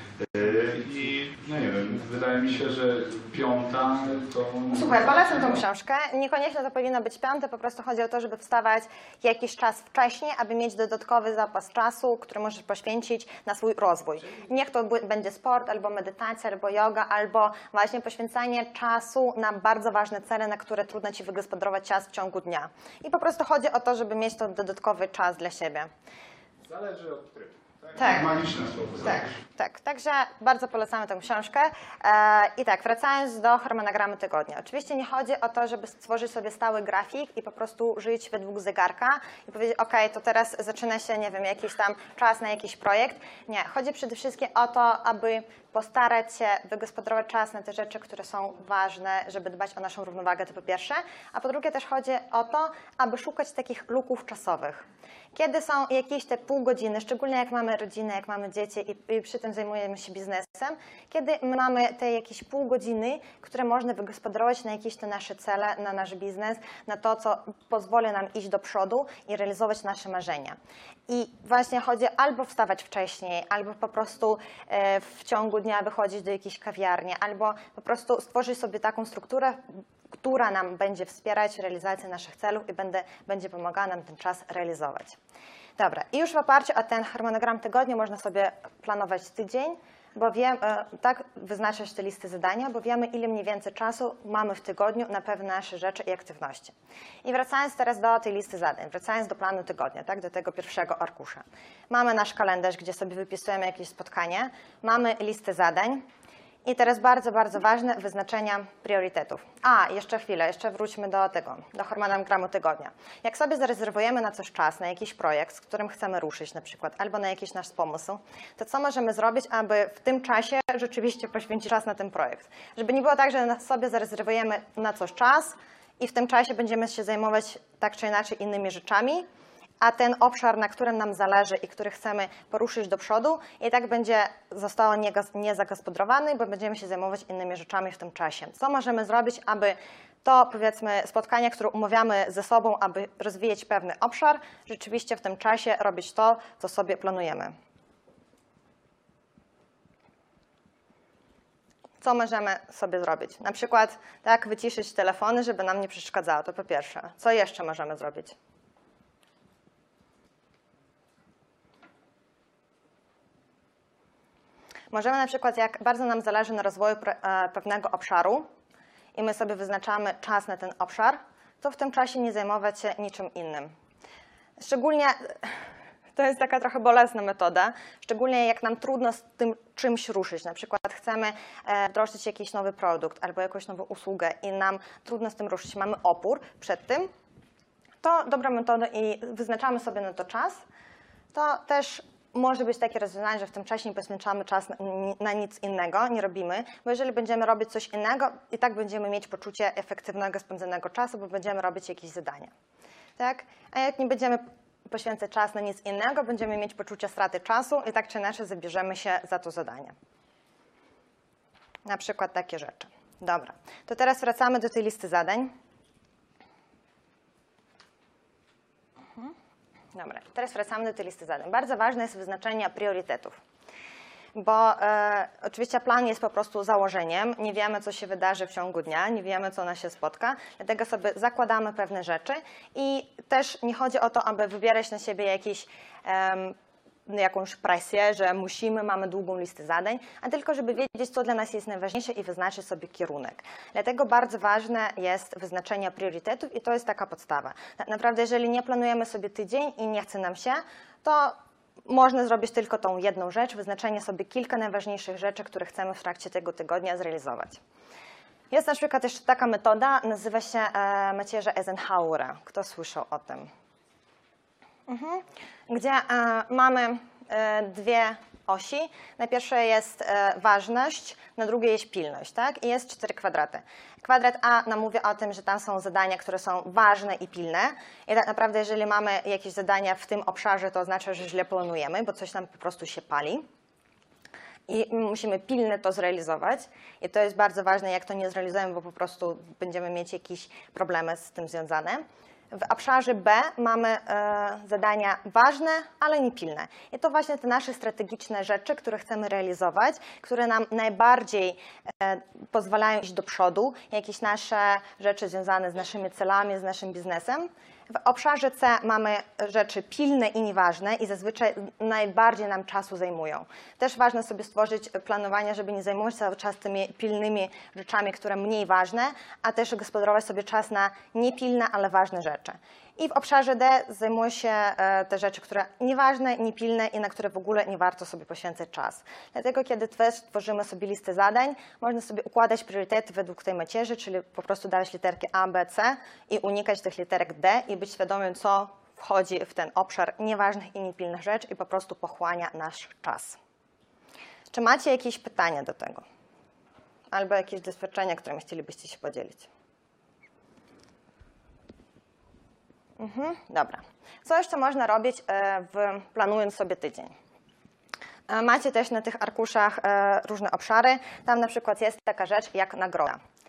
I no nie wiem, wydaje mi się, że 5 to... Słuchaj, polecam tą książkę. Niekoniecznie to powinno być 5, po prostu chodzi o to, żeby wstawać jakiś czas wcześniej, aby mieć dodatkowy zapas czasu, który możesz poświęcić na swój rozwój. Niech to będzie sport, albo medytacja, albo yoga, albo właśnie poświęcanie czasu na bardzo ważne cele, na które trudno ci wygospodarować czas w ciągu dnia. I po prostu chodzi o to, żeby mieć to dodatkowy czas dla siebie. Zależy od trybu. Tak. Magiczne słowo. Tak. Także bardzo polecamy tę książkę. I tak, wracając do harmonogramu tygodnia. Oczywiście nie chodzi o to, żeby stworzyć sobie stały grafik i po prostu żyć według zegarka i powiedzieć, ok, to teraz zaczyna się, nie wiem, jakiś tam czas na jakiś projekt. Nie, chodzi przede wszystkim o to, aby postarać się wygospodarować czas na te rzeczy, które są ważne, żeby dbać o naszą równowagę, to po pierwsze. A po drugie też chodzi o to, aby szukać takich luków czasowych. Kiedy są jakieś te pół godziny, szczególnie jak mamy rodzinę, jak mamy dzieci i przy tym zajmujemy się biznesem, kiedy mamy te jakieś pół godziny, które można wygospodarować na jakieś te nasze cele, na nasz biznes, na to, co pozwoli nam iść do przodu i realizować nasze marzenia. I właśnie chodzi albo wstawać wcześniej, albo po prostu w ciągu dnia wychodzić do jakiejś kawiarni, albo po prostu stworzyć sobie taką strukturę, która nam będzie wspierać realizację naszych celów i będzie pomagała nam ten czas realizować. Dobra, i już w oparciu o ten harmonogram tygodnia można sobie planować tydzień, bo tak wyznaczać te listy zadania, bo wiemy, ile mniej więcej czasu mamy w tygodniu na pewne nasze rzeczy i aktywności. I wracając teraz do tej listy zadań, wracając do planu tygodnia, tak, do tego pierwszego arkusza. Mamy nasz kalendarz, gdzie sobie wypisujemy jakieś spotkanie, mamy listę zadań i teraz bardzo, bardzo ważne wyznaczenia priorytetów. Jeszcze chwilę, jeszcze wróćmy do harmonogramu tygodnia. Jak sobie zarezerwujemy na coś czas, na jakiś projekt, z którym chcemy ruszyć na przykład, albo na jakiś nasz pomysł, to co możemy zrobić, aby w tym czasie rzeczywiście poświęcić czas na ten projekt? Żeby nie było tak, że sobie zarezerwujemy na coś czas i w tym czasie będziemy się zajmować tak czy inaczej innymi rzeczami, a ten obszar, na którym nam zależy i który chcemy poruszyć do przodu, i tak będzie zostało niezagospodarowany, bo będziemy się zajmować innymi rzeczami w tym czasie. Co możemy zrobić, aby to, powiedzmy, spotkanie, które umawiamy ze sobą, aby rozwijać pewny obszar, rzeczywiście w tym czasie robić to, co sobie planujemy? Co możemy sobie zrobić? Na przykład tak wyciszyć telefony, żeby nam nie przeszkadzało, to po pierwsze. Co jeszcze możemy zrobić? Możemy na przykład, jak bardzo nam zależy na rozwoju pewnego obszaru i my sobie wyznaczamy czas na ten obszar, to w tym czasie nie zajmować się niczym innym. Szczególnie, to jest taka trochę bolesna metoda, szczególnie jak nam trudno z tym czymś ruszyć. Na przykład chcemy wdrożyć jakiś nowy produkt albo jakąś nową usługę i nam trudno z tym ruszyć, mamy opór przed tym, to dobra metoda i wyznaczamy sobie na to czas, to też może być takie rozwiązanie, że w tym czasie nie poświęcamy czas na nic innego, nie robimy, bo jeżeli będziemy robić coś innego, i tak będziemy mieć poczucie efektywnego spędzonego czasu, bo będziemy robić jakieś zadania. Tak? A jak nie będziemy poświęcać czas na nic innego, będziemy mieć poczucie straty czasu i tak czy inaczej zabierzemy się za to zadanie. Na przykład takie rzeczy. Dobra, to teraz wracamy do tej listy zadań. Dobra, teraz wracamy do tej listy zadań. Bardzo ważne jest wyznaczenie priorytetów, bo oczywiście plan jest po prostu założeniem, nie wiemy, co się wydarzy w ciągu dnia, nie wiemy, co nas się spotka, dlatego sobie zakładamy pewne rzeczy i też nie chodzi o to, aby wybierać na siebie jakąś presję, że mamy długą listę zadań, a tylko żeby wiedzieć, co dla nas jest najważniejsze i wyznaczyć sobie kierunek. Dlatego bardzo ważne jest wyznaczenie priorytetów i to jest taka podstawa. Tak naprawdę, jeżeli nie planujemy sobie tydzień i nie chce nam się, to można zrobić tylko tą jedną rzecz, wyznaczenie sobie kilka najważniejszych rzeczy, które chcemy w trakcie tego tygodnia zrealizować. Jest na przykład jeszcze taka metoda, nazywa się macierza Eisenhowera. Kto słyszał o tym? Gdzie mamy dwie osi. Na pierwszej jest ważność, na drugiej jest pilność, tak? I jest 4 kwadraty. Kwadrat A nam mówi o tym, że tam są zadania, które są ważne i pilne. I tak naprawdę, jeżeli mamy jakieś zadania w tym obszarze, to oznacza, że źle planujemy, bo coś nam po prostu się pali. I musimy pilnie to zrealizować. I to jest bardzo ważne, jak to nie zrealizujemy, bo po prostu będziemy mieć jakieś problemy z tym związane. W obszarze B mamy zadania ważne, ale nie pilne. I to właśnie te nasze strategiczne rzeczy, które chcemy realizować, które nam najbardziej pozwalają iść do przodu, jakieś nasze rzeczy związane z naszymi celami, z naszym biznesem. W obszarze C mamy rzeczy pilne i nieważne i zazwyczaj najbardziej nam czasu zajmują. Też ważne sobie stworzyć planowanie, żeby nie zajmować cały czas tymi pilnymi rzeczami, które mniej ważne, a też gospodarować sobie czas na niepilne, ale ważne rzeczy. I w obszarze D zajmuje się te rzeczy, które nieważne, niepilne i na które w ogóle nie warto sobie poświęcać czas. Dlatego, kiedy tworzymy sobie listę zadań, można sobie układać priorytety według tej macierzy, czyli po prostu dawać literki A, B, C i unikać tych literek D i być świadomym, co wchodzi w ten obszar nieważnych i niepilnych rzeczy i po prostu pochłania nasz czas. Czy macie jakieś pytania do tego? Albo jakieś doświadczenia, którymi chcielibyście się podzielić? Dobra. Co jeszcze można robić, planując sobie tydzień? Macie też na tych arkuszach różne obszary. Tam na przykład jest taka rzecz jak nagroda.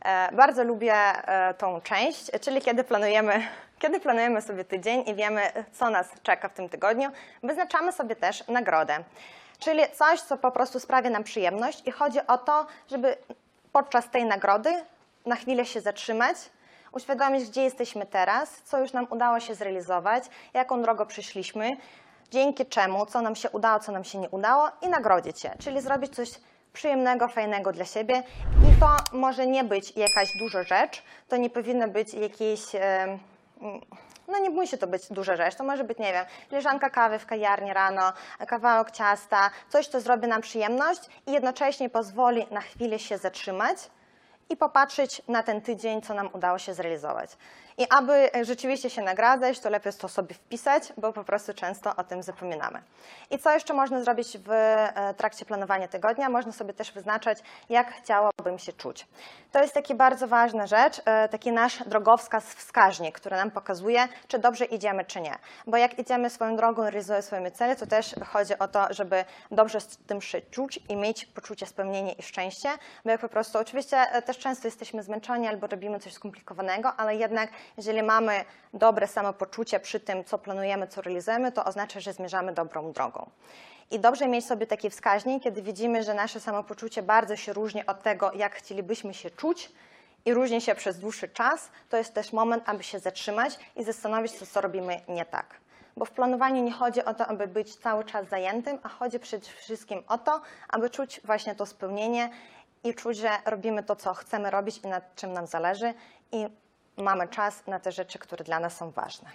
Bardzo lubię tą część, czyli kiedy planujemy sobie tydzień i wiemy, co nas czeka w tym tygodniu, wyznaczamy sobie też nagrodę. Czyli coś, co po prostu sprawia nam przyjemność i chodzi o to, żeby podczas tej nagrody na chwilę się zatrzymać, uświadomić, gdzie jesteśmy teraz, co już nam udało się zrealizować, jaką drogą przyszliśmy, dzięki czemu, co nam się udało, co nam się nie udało i nagrodzić się, czyli zrobić coś przyjemnego, fajnego dla siebie i to może nie być jakaś duża rzecz, to nie powinno być jakieś, no nie musi to być duża rzecz, to może być, nie wiem, filiżanka kawy w kawiarni rano, kawałek ciasta, coś, co zrobi nam przyjemność i jednocześnie pozwoli na chwilę się zatrzymać i popatrzeć na ten tydzień, co nam udało się zrealizować. I aby rzeczywiście się nagradzać, to lepiej to sobie wpisać, bo po prostu często o tym zapominamy. I co jeszcze można zrobić w trakcie planowania tygodnia? Można sobie też wyznaczać, jak chciałabym się czuć. To jest taka bardzo ważna rzecz, taki nasz drogowskaz, wskaźnik, który nam pokazuje, czy dobrze idziemy, czy nie. Bo jak idziemy swoją drogą, realizując swoje cele, to też chodzi o to, żeby dobrze z tym się czuć i mieć poczucie spełnienia i szczęście, bo jak po prostu, oczywiście też często jesteśmy zmęczeni albo robimy coś skomplikowanego, ale jednak jeżeli mamy dobre samopoczucie przy tym, co planujemy, co realizujemy, to oznacza, że zmierzamy dobrą drogą. I dobrze mieć sobie taki wskaźnik, kiedy widzimy, że nasze samopoczucie bardzo się różni od tego, jak chcielibyśmy się czuć i różni się przez dłuższy czas, to jest też moment, aby się zatrzymać i zastanowić się, co robimy nie tak. Bo w planowaniu nie chodzi o to, aby być cały czas zajętym, a chodzi przede wszystkim o to, aby czuć właśnie to spełnienie i czuć, że robimy to, co chcemy robić i nad czym nam zależy i mamy czas na te rzeczy, które dla nas są ważne.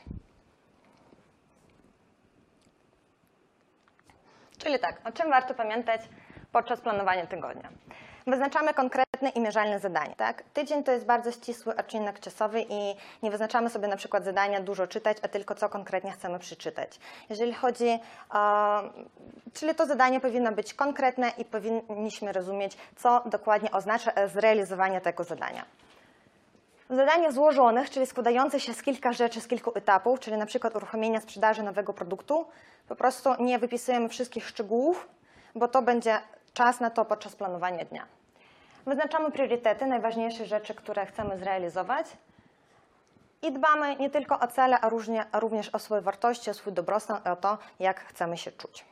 Czyli tak, o czym warto pamiętać podczas planowania tygodnia? Wyznaczamy konkretne i mierzalne zadanie. Tak? Tydzień to jest bardzo ścisły odcinek czasowy i nie wyznaczamy sobie na przykład zadania dużo czytać, a tylko co konkretnie chcemy przeczytać. Jeżeli chodzi czyli to zadanie powinno być konkretne i powinniśmy rozumieć, co dokładnie oznacza zrealizowanie tego zadania. W zadaniach złożonych, czyli składających się z kilka rzeczy, z kilku etapów, czyli na przykład uruchomienia sprzedaży nowego produktu, po prostu nie wypisujemy wszystkich szczegółów, bo to będzie czas na to podczas planowania dnia. Wyznaczamy priorytety, najważniejsze rzeczy, które chcemy zrealizować i dbamy nie tylko o cele, a również o swoje wartości, o swój dobrostan i o to, jak chcemy się czuć.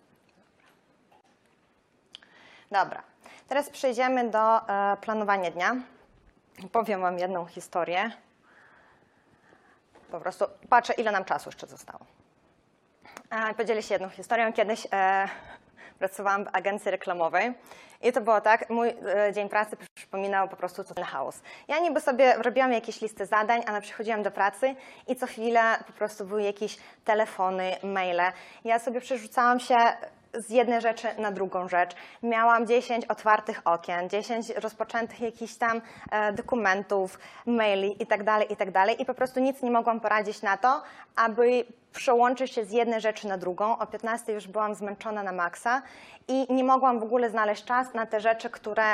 Dobra, teraz przejdziemy do planowania dnia. Powiem Wam jedną historię. Po prostu patrzę, ile nam czasu jeszcze zostało. Podzielę się jedną historią. Kiedyś pracowałam w agencji reklamowej i to było tak, mój dzień pracy przypominał po prostu totalny chaos. Ja niby sobie robiłam jakieś listy zadań, ale przychodziłam do pracy i co chwilę po prostu były jakieś telefony, maile. Ja sobie przerzucałam się z jednej rzeczy na drugą rzecz. Miałam 10 otwartych okien, 10 rozpoczętych jakichś tam dokumentów, maili itd. I po prostu nic nie mogłam poradzić na to, aby przełączyć się z jednej rzeczy na drugą. O 15 już byłam zmęczona na maksa i nie mogłam w ogóle znaleźć czas na te rzeczy,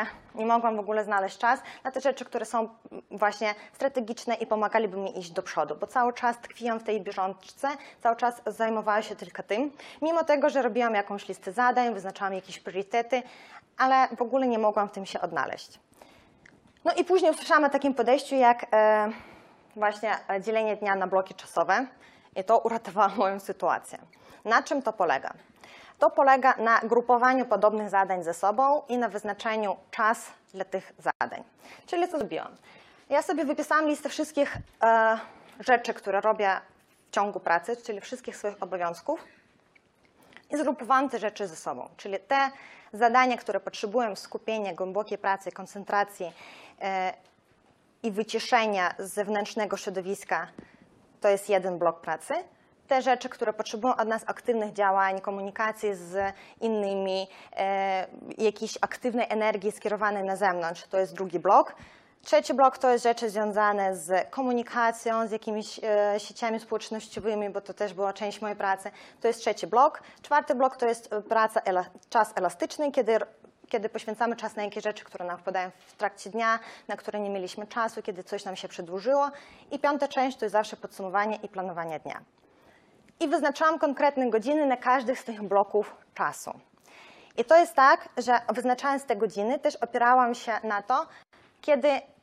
które są właśnie strategiczne i pomagaliby mi iść do przodu, bo cały czas tkwiłam w tej bieżączce, cały czas zajmowałam się tylko tym, mimo tego, że robiłam jakąś listę zadań, wyznaczałam jakieś priorytety, ale w ogóle nie mogłam w tym się odnaleźć. No i później usłyszałam o takim podejściu jak właśnie dzielenie dnia na bloki czasowe i to uratowało moją sytuację. Na czym to polega? To polega na grupowaniu podobnych zadań ze sobą i na wyznaczeniu czasu dla tych zadań. Czyli co zrobiłam? Ja sobie wypisałam listę wszystkich rzeczy, które robię w ciągu pracy, czyli wszystkich swoich obowiązków i zgrupowałam te rzeczy ze sobą. Czyli te zadania, które potrzebują skupienia, głębokiej pracy, koncentracji i wyciszenia z zewnętrznego środowiska, to jest jeden blok pracy. Te rzeczy, które potrzebują od nas aktywnych działań, komunikacji z innymi, jakiejś aktywnej energii skierowanej na zewnątrz, to jest drugi blok. Trzeci blok to jest rzeczy związane z komunikacją, z jakimiś sieciami społecznościowymi, bo to też była część mojej pracy. To jest trzeci blok. Czwarty blok to jest praca, czas elastyczny, kiedy poświęcamy czas na jakieś rzeczy, które nam wpadają w trakcie dnia, na które nie mieliśmy czasu, kiedy coś nam się przedłużyło. I piąta część to jest zawsze podsumowanie i planowanie dnia. I wyznaczałam konkretne godziny na każdy z tych bloków czasu. I to jest tak, że wyznaczając te godziny też opierałam się na to, kiedy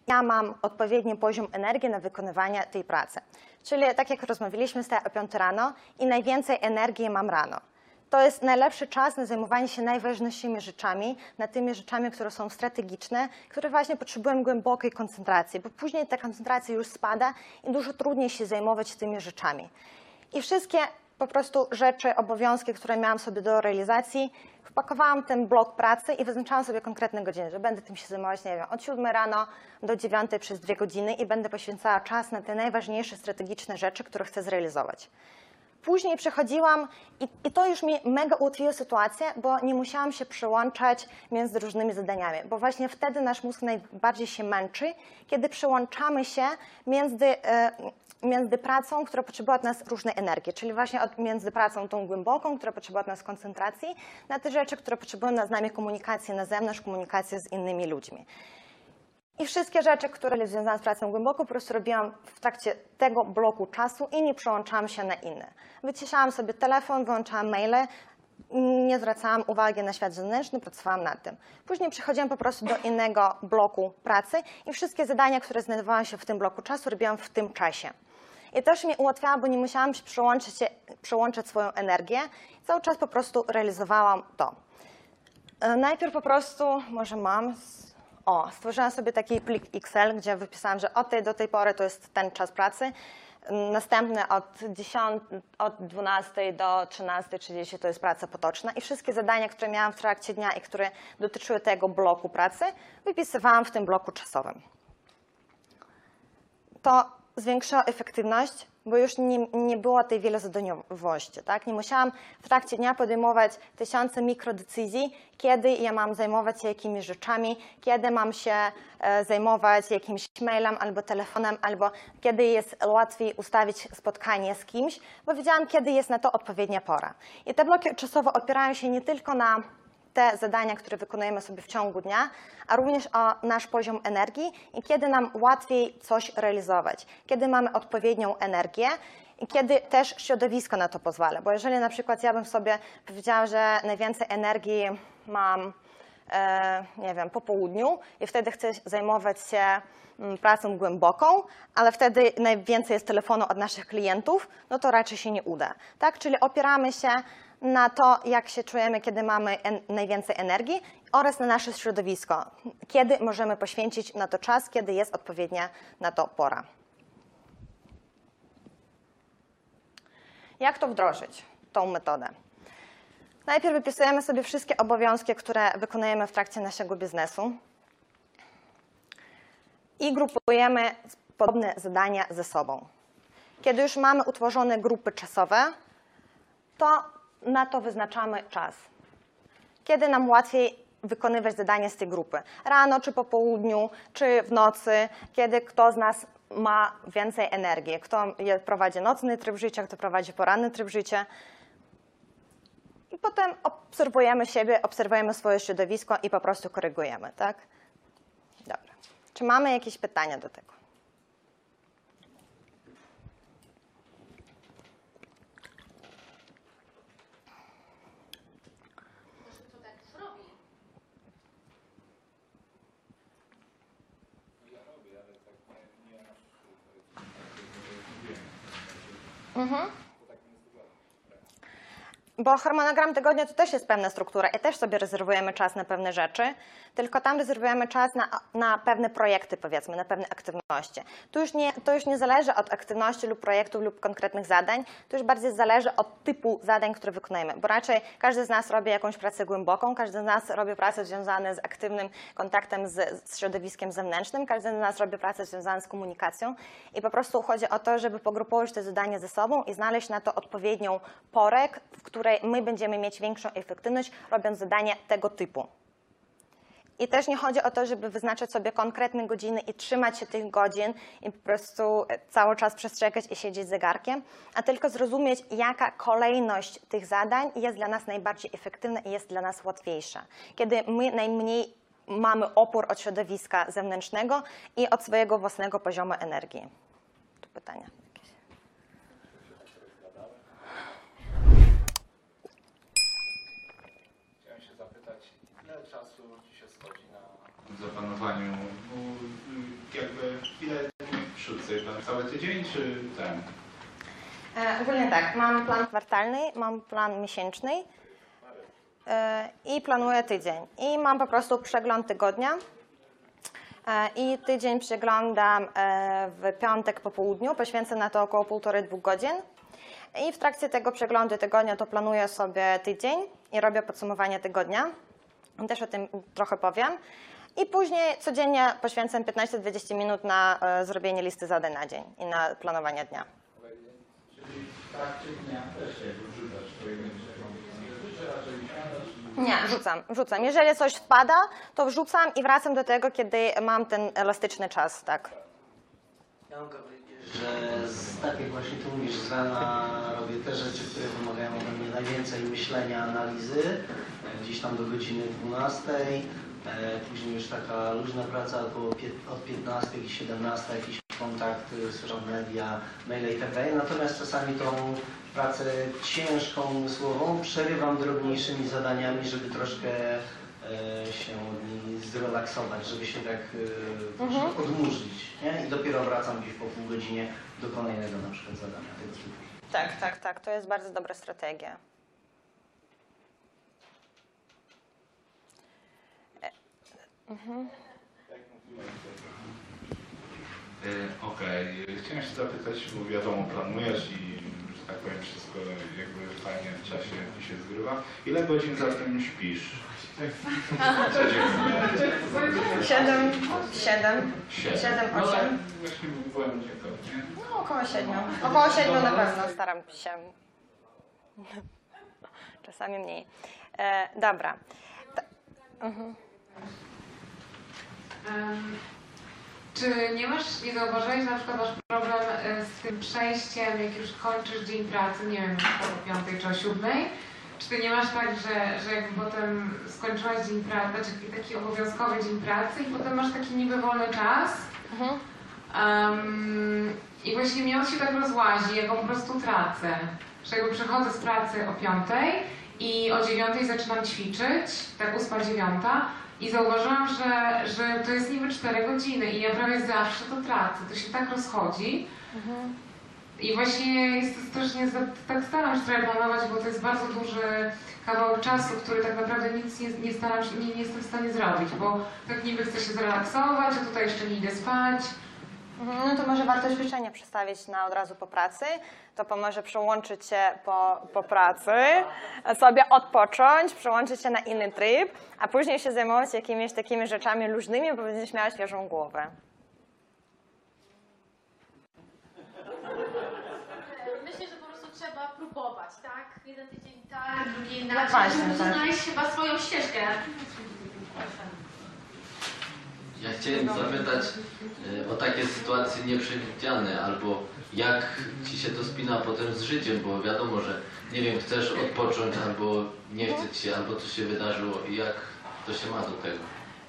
ja mam odpowiedni poziom energii na wykonywanie tej pracy. Czyli tak jak rozmawialiśmy, wstaję o 5 rano i najwięcej energii mam rano. To jest najlepszy czas na zajmowanie się najważniejszymi rzeczami, na tymi rzeczami, które są strategiczne, które właśnie potrzebują głębokiej koncentracji, bo później ta koncentracja już spada i dużo trudniej się zajmować tymi rzeczami. I wszystkie po prostu rzeczy, obowiązki, które miałam sobie do realizacji, wpakowałam ten blok pracy i wyznaczałam sobie konkretne godziny, że będę tym się zajmować, nie wiem, od 7 rano do 9 przez 2 godziny i będę poświęcała czas na te najważniejsze strategiczne rzeczy, które chcę zrealizować. Później przechodziłam i to już mi mega ułatwiło sytuację, bo nie musiałam się przełączać między różnymi zadaniami, bo właśnie wtedy nasz mózg najbardziej się męczy, kiedy przełączamy się między pracą, która potrzebuje od nas różnej energii, czyli właśnie między pracą tą głęboką, która potrzebuje od nas koncentracji, na te rzeczy, które potrzebują z nami komunikacji na zewnątrz, komunikacji z innymi ludźmi. I wszystkie rzeczy, które związane z pracą głęboką, po prostu robiłam w trakcie tego bloku czasu i nie przełączałam się na inne. Wyciszałam sobie telefon, wyłączałam maile, nie zwracałam uwagi na świat zewnętrzny, pracowałam nad tym. Później przechodziłam po prostu do innego bloku pracy i wszystkie zadania, które znajdowały się w tym bloku czasu, robiłam w tym czasie. I też mi ułatwiało, bo nie musiałam się przełączać swoją energię. Cały czas po prostu realizowałam to. Najpierw po prostu, może stworzyłam sobie taki plik Excel, gdzie wypisałam, że od tej do tej pory to jest ten czas pracy. Następny od 12 do 13:30 to jest praca potoczna i wszystkie zadania, które miałam w trakcie dnia i które dotyczyły tego bloku pracy, wypisywałam w tym bloku czasowym. To zwiększyło efektywność, bo już nie było tej wielozadaniowości. Tak? Nie musiałam w trakcie dnia podejmować tysiące mikrodecyzji, kiedy ja mam zajmować się jakimiś rzeczami, kiedy mam się zajmować jakimś mailem albo telefonem, albo kiedy jest łatwiej ustawić spotkanie z kimś, bo wiedziałam, kiedy jest na to odpowiednia pora. I te bloki czasowe opierają się nie tylko na te zadania, które wykonujemy sobie w ciągu dnia, a również o nasz poziom energii i kiedy nam łatwiej coś realizować, kiedy mamy odpowiednią energię i kiedy też środowisko na to pozwala. Bo jeżeli na przykład ja bym sobie powiedziała, że najwięcej energii mam, nie wiem, po południu i wtedy chcę zajmować się pracą głęboką, ale wtedy najwięcej jest telefonu od naszych klientów, no to raczej się nie uda. Tak? Czyli opieramy się na to, jak się czujemy, kiedy mamy najwięcej energii oraz na nasze środowisko, kiedy możemy poświęcić na to czas, kiedy jest odpowiednia na to pora. Jak to wdrożyć, tą metodę? Najpierw wypisujemy sobie wszystkie obowiązki, które wykonujemy w trakcie naszego biznesu i grupujemy podobne zadania ze sobą. Kiedy już mamy utworzone grupy czasowe, to na to wyznaczamy czas. Kiedy nam łatwiej wykonywać zadania z tej grupy? Rano, czy po południu, czy w nocy, kiedy kto z nas ma więcej energii, kto prowadzi nocny tryb życia, kto prowadzi poranny tryb życia. I potem obserwujemy siebie, obserwujemy swoje środowisko i po prostu korygujemy, tak? Dobra. Czy mamy jakieś pytania do tego? Bo harmonogram tygodnia to też jest pewna struktura i też sobie rezerwujemy czas na pewne rzeczy, tylko tam rezerwujemy czas na pewne projekty, powiedzmy, na pewne aktywności. To już nie zależy od aktywności lub projektów lub konkretnych zadań, to już bardziej zależy od typu zadań, które wykonujemy, bo raczej każdy z nas robi jakąś pracę głęboką, każdy z nas robi pracę związaną z aktywnym kontaktem z środowiskiem zewnętrznym, każdy z nas robi pracę związaną z komunikacją i po prostu chodzi o to, żeby pogrupować te zadania ze sobą i znaleźć na to odpowiednią porę, w której my będziemy mieć większą efektywność, robiąc zadania tego typu. I też nie chodzi o to, żeby wyznaczać sobie konkretne godziny i trzymać się tych godzin i po prostu cały czas przestrzegać i siedzieć z zegarkiem, a tylko zrozumieć, jaka kolejność tych zadań jest dla nas najbardziej efektywna i jest dla nas łatwiejsza. Kiedy my najmniej mamy opór od środowiska zewnętrznego i od swojego własnego poziomu energii. Tu pytania. Chciałem się zapytać, ile czasu Ci się schodzi na Zaplanowaniu, jak sobie plan cały tydzień, czy ten? Ogólnie tak, mam plan kwartalny, mam plan miesięczny i planuję tydzień. I mam po prostu przegląd tygodnia i tydzień przeglądam w piątek po południu, poświęcę na to około 1,5–2 godzin. I w trakcie tego przeglądu tygodnia to planuję sobie tydzień i robię podsumowanie tygodnia. Też o tym trochę powiem. I później codziennie poświęcam 15–20 minut na zrobienie listy zadań na dzień i na planowanie dnia. Czyli w trakcie dnia też się wrzucasz swoimi czy raczej Nie, wrzucam. Jeżeli coś wpada, to wrzucam i wracam do tego, kiedy mam ten elastyczny czas, tak. Ja mogę powiedzieć, że tak jak właśnie tu mówisz, z rana robię te rzeczy, które wymagają ode mnie najwięcej myślenia, analizy, gdzieś tam do godziny 12. Później już taka luźna praca od 15 i 17, jakiś kontakt, social media, maile itd. Natomiast czasami tą pracę ciężką, umysłową przerywam drobniejszymi zadaniami, żeby troszkę się od niej zrelaksować, żeby się tak odmurzyć. Nie? I dopiero wracam gdzieś po pół godzinie do kolejnego na przykład zadania tego typu. Tak. To jest bardzo dobra strategia. Okej, chciałem się zapytać, bo wiadomo, planujesz i, że tak powiem, wszystko jakby fajnie w czasie się zgrywa. Ile godzin za tym śpisz? 7, 7, 8. Właśnie byłem ciekaw, nie? No, około 7. Około 7 na pewno staram się. Czasami mniej. Dobra. Czy nie zauważyłeś, że na przykład masz problem z tym przejściem, jak już kończysz dzień pracy, nie wiem, o 5 czy o 7? Czy ty nie masz tak, że jakby potem skończyłaś dzień pracy, znaczy taki obowiązkowy dzień pracy i potem masz taki niby wolny czas? I właśnie mnie on się tak rozłazi, ja go po prostu tracę. Że jakby przychodzę z pracy o 5 i o 9 zaczynam ćwiczyć, tak 8–9. I zauważyłam, że to jest niby 4 godziny i ja prawie zawsze to tracę. To się tak rozchodzi. I właśnie jest też tak staram się trochę planować, bo to jest bardzo duży kawałek czasu, który tak naprawdę nic nie jestem w stanie zrobić, bo tak niby chcę się zrelaksować, a tutaj jeszcze nie idę spać. No to może warto ćwiczenie przestawić na od razu po pracy. To pomoże przełączyć się po pracy, sobie odpocząć, przełączyć się na inny tryb, a później się zajmować jakimiś takimi rzeczami luźnymi, bo będziesz miała świeżą głowę. Myślę, że po prostu trzeba próbować, tak? Jeden tydzień tak, drugi inaczej. No właśnie, Żeby tak. znaleźć chyba swoją ścieżkę. Ja chciałem zapytać o takie sytuacje nieprzewidziane, albo jak ci się to spina potem z życiem, bo wiadomo, że nie wiem, chcesz odpocząć, albo nie chce ci się, albo coś się wydarzyło i jak to się ma do tego?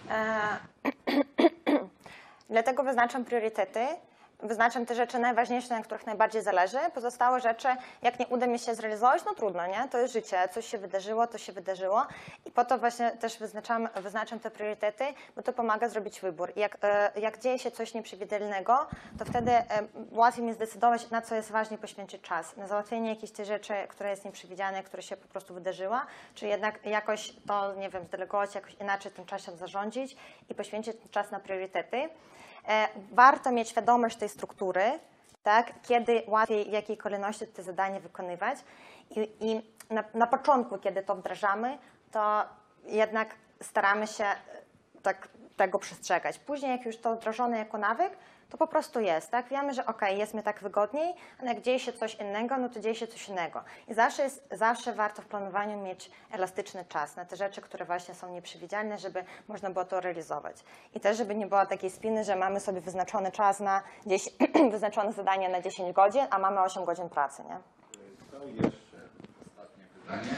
Dlatego wyznaczam priorytety. Wyznaczam te rzeczy najważniejsze, na których najbardziej zależy. Pozostałe rzeczy, jak nie uda mi się zrealizować, no trudno, nie? To jest życie. Coś się wydarzyło, to się wydarzyło. I po to właśnie też wyznaczam te priorytety, bo to pomaga zrobić wybór. Jak dzieje się coś nieprzewidywalnego, to wtedy łatwiej mi zdecydować, na co jest ważniej poświęcić czas. Na załatwienie jakiejś tej rzeczy, która jest nieprzewidziana, która się po prostu wydarzyła, czy jednak jakoś to, nie wiem, zdelegować, jakoś inaczej tym czasem zarządzić i poświęcić czas na priorytety. Warto mieć świadomość tej struktury, tak, kiedy łatwiej, w jakiej kolejności te zadania wykonywać. I na początku, kiedy to wdrażamy, to jednak staramy się tak tego przestrzegać. Później, jak już to wdrożone jako nawyk, to po prostu jest, tak? Wiemy, że jest mi tak wygodniej, ale jak dzieje się coś innego, no to dzieje się coś innego. I zawsze warto w planowaniu mieć elastyczny czas na te rzeczy, które właśnie są nieprzewidzialne, żeby można było to realizować. I też, żeby nie było takiej spiny, że mamy sobie wyznaczony czas na wyznaczone zadanie na 10 godzin, a mamy 8 godzin pracy, nie? To jeszcze ostatnie pytanie.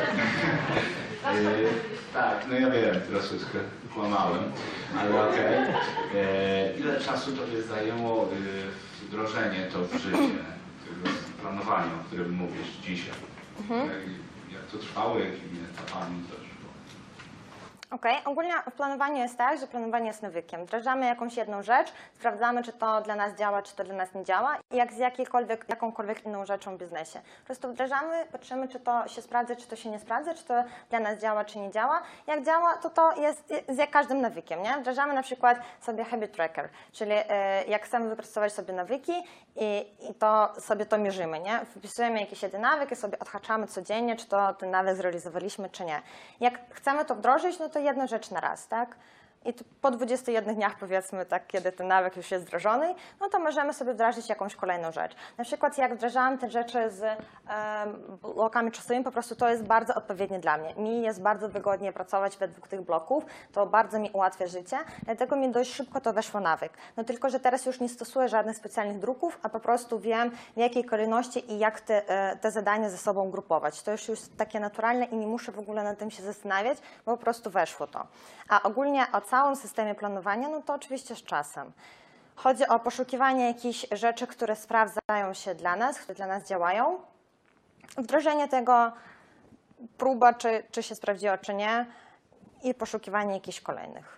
Tak, no ja wiem, troszeczkę kłamałem, ale okej. Ile czasu tobie zajęło wdrożenie to w życie, tego planowania, o którym mówisz dzisiaj? Jak to trwało, jakimi etapami to szło? Okej, ogólnie w planowaniu jest tak, że planowanie jest nawykiem. Wdrażamy jakąś jedną rzecz, sprawdzamy, czy to dla nas działa, czy to dla nas nie działa i jak z jakąkolwiek inną rzeczą w biznesie. Po prostu wdrażamy, patrzymy, czy to się sprawdza, czy to się nie sprawdza, czy to dla nas działa, czy nie działa. Jak działa, to jest jak każdym nawykiem, nie? Wdrażamy na przykład sobie habit tracker, czyli jak chcemy wypracować sobie nawyki i to sobie to mierzymy, nie? Wpisujemy jakiś jeden nawyk i sobie odhaczamy codziennie, czy to ten nawyk zrealizowaliśmy, czy nie. Jak chcemy to wdrożyć, no to jedna rzecz na raz, tak? I po 21 dniach, powiedzmy, tak, kiedy ten nawyk już jest wdrożony, no to możemy sobie wdrażać jakąś kolejną rzecz. Na przykład jak wdrażałam te rzeczy z blokami czasowymi, po prostu to jest bardzo odpowiednie dla mnie. Mi jest bardzo wygodnie pracować według tych bloków, to bardzo mi ułatwia życie, dlatego mi dość szybko to weszło nawyk. No tylko, że teraz już nie stosuję żadnych specjalnych druków, a po prostu wiem, w jakiej kolejności i jak te zadania ze sobą grupować. To już jest takie naturalne i nie muszę w ogóle nad tym się zastanawiać, bo po prostu weszło to. A ogólnie o całym systemie planowania, no to oczywiście z czasem. Chodzi o poszukiwanie jakichś rzeczy, które sprawdzają się dla nas, które dla nas działają. Wdrożenie tego, próba, czy się sprawdziło, czy nie i poszukiwanie jakichś kolejnych.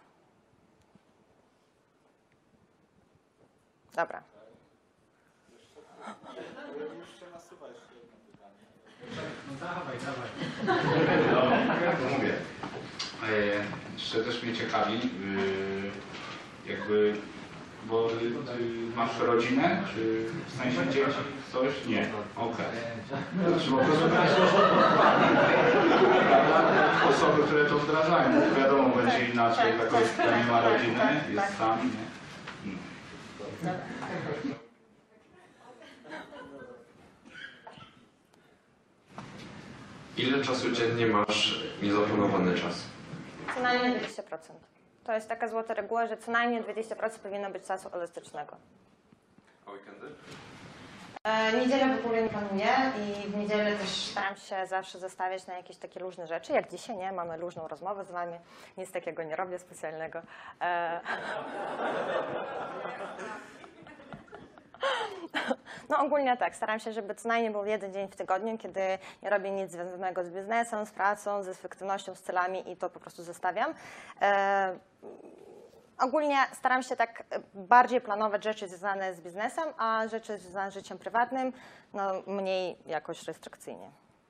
Dobra. Jeszcze nasuwa jeszcze jedno pytanie. No dawaj. Dobra, to mówię. Jeszcze też mnie ciekawi, jakby, bo masz rodzinę, czy w sensie dzieci, coś? Nie. Okej. Znaczy, po prostu osoby, które to wdrażają, bo wiadomo, będzie inaczej dla kogoś, kto nie ma rodziny, jest sam, nie? Ile czasu dziennie masz niezaplanowany czas? Co najmniej 20%. To jest taka złota reguła, że co najmniej 20% powinno być czasu elastycznego. A weekendy? Niedzielę w ogóle nie planuję i w niedzielę też staram się zawsze zostawiać na jakieś takie luźne rzeczy, jak dzisiaj, nie? Mamy luźną rozmowę z wami, nic takiego nie robię specjalnego. No ogólnie tak, staram się, żeby co najmniej był jeden dzień w tygodniu, kiedy nie robię nic związanego z biznesem, z pracą, z efektywnością, z celami i to po prostu zostawiam. Ogólnie staram się tak bardziej planować rzeczy związane z biznesem, a rzeczy związane z życiem prywatnym no, mniej jakoś restrykcyjnie.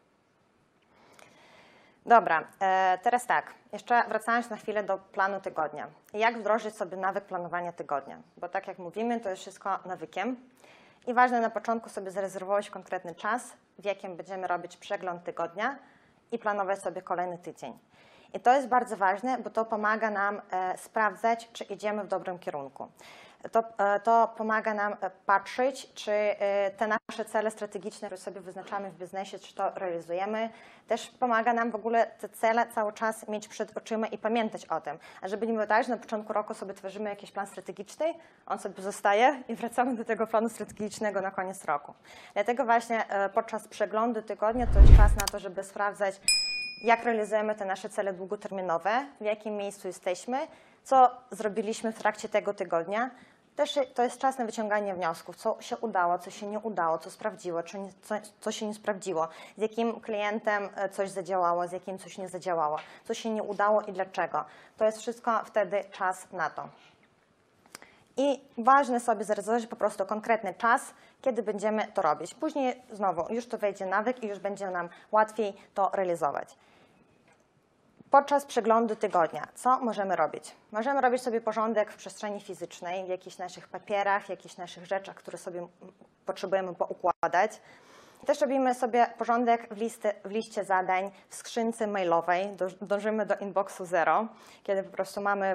Dobra, teraz tak, jeszcze wracając na chwilę do planu tygodnia. Jak wdrożyć sobie nawyk planowania tygodnia? Bo tak jak mówimy, to jest wszystko nawykiem. I ważne na początku sobie zarezerwować konkretny czas, w jakim będziemy robić przegląd tygodnia i planować sobie kolejny tydzień. I to jest bardzo ważne, bo to pomaga nam sprawdzać, czy idziemy w dobrym kierunku. To pomaga nam patrzeć, czy te nasze cele strategiczne, które sobie wyznaczamy w biznesie, czy to realizujemy. Też pomaga nam w ogóle te cele cały czas mieć przed oczyma i pamiętać o tym. A żeby nie było tak, że na początku roku sobie tworzymy jakiś plan strategiczny, on sobie zostaje i wracamy do tego planu strategicznego na koniec roku. Dlatego właśnie podczas przeglądu tygodnia to jest czas na to, żeby sprawdzać, jak realizujemy te nasze cele długoterminowe, w jakim miejscu jesteśmy, co zrobiliśmy w trakcie tego tygodnia. Też to jest czas na wyciąganie wniosków, co się udało, co się nie udało, co sprawdziło, co się nie sprawdziło, z jakim klientem coś zadziałało, z jakim coś nie zadziałało, co się nie udało i dlaczego. To jest wszystko wtedy czas na to. I ważne sobie zarezerwować po prostu konkretny czas, kiedy będziemy to robić. Później znowu już to wejdzie nawyk i już będzie nam łatwiej to realizować. Podczas przeglądu tygodnia, co możemy robić? Możemy robić sobie porządek w przestrzeni fizycznej, w jakichś naszych papierach, w jakichś naszych rzeczach, które sobie potrzebujemy poukładać. Też robimy sobie porządek w liście zadań, w skrzynce mailowej. Dążymy do inboxu 0, kiedy po prostu mamy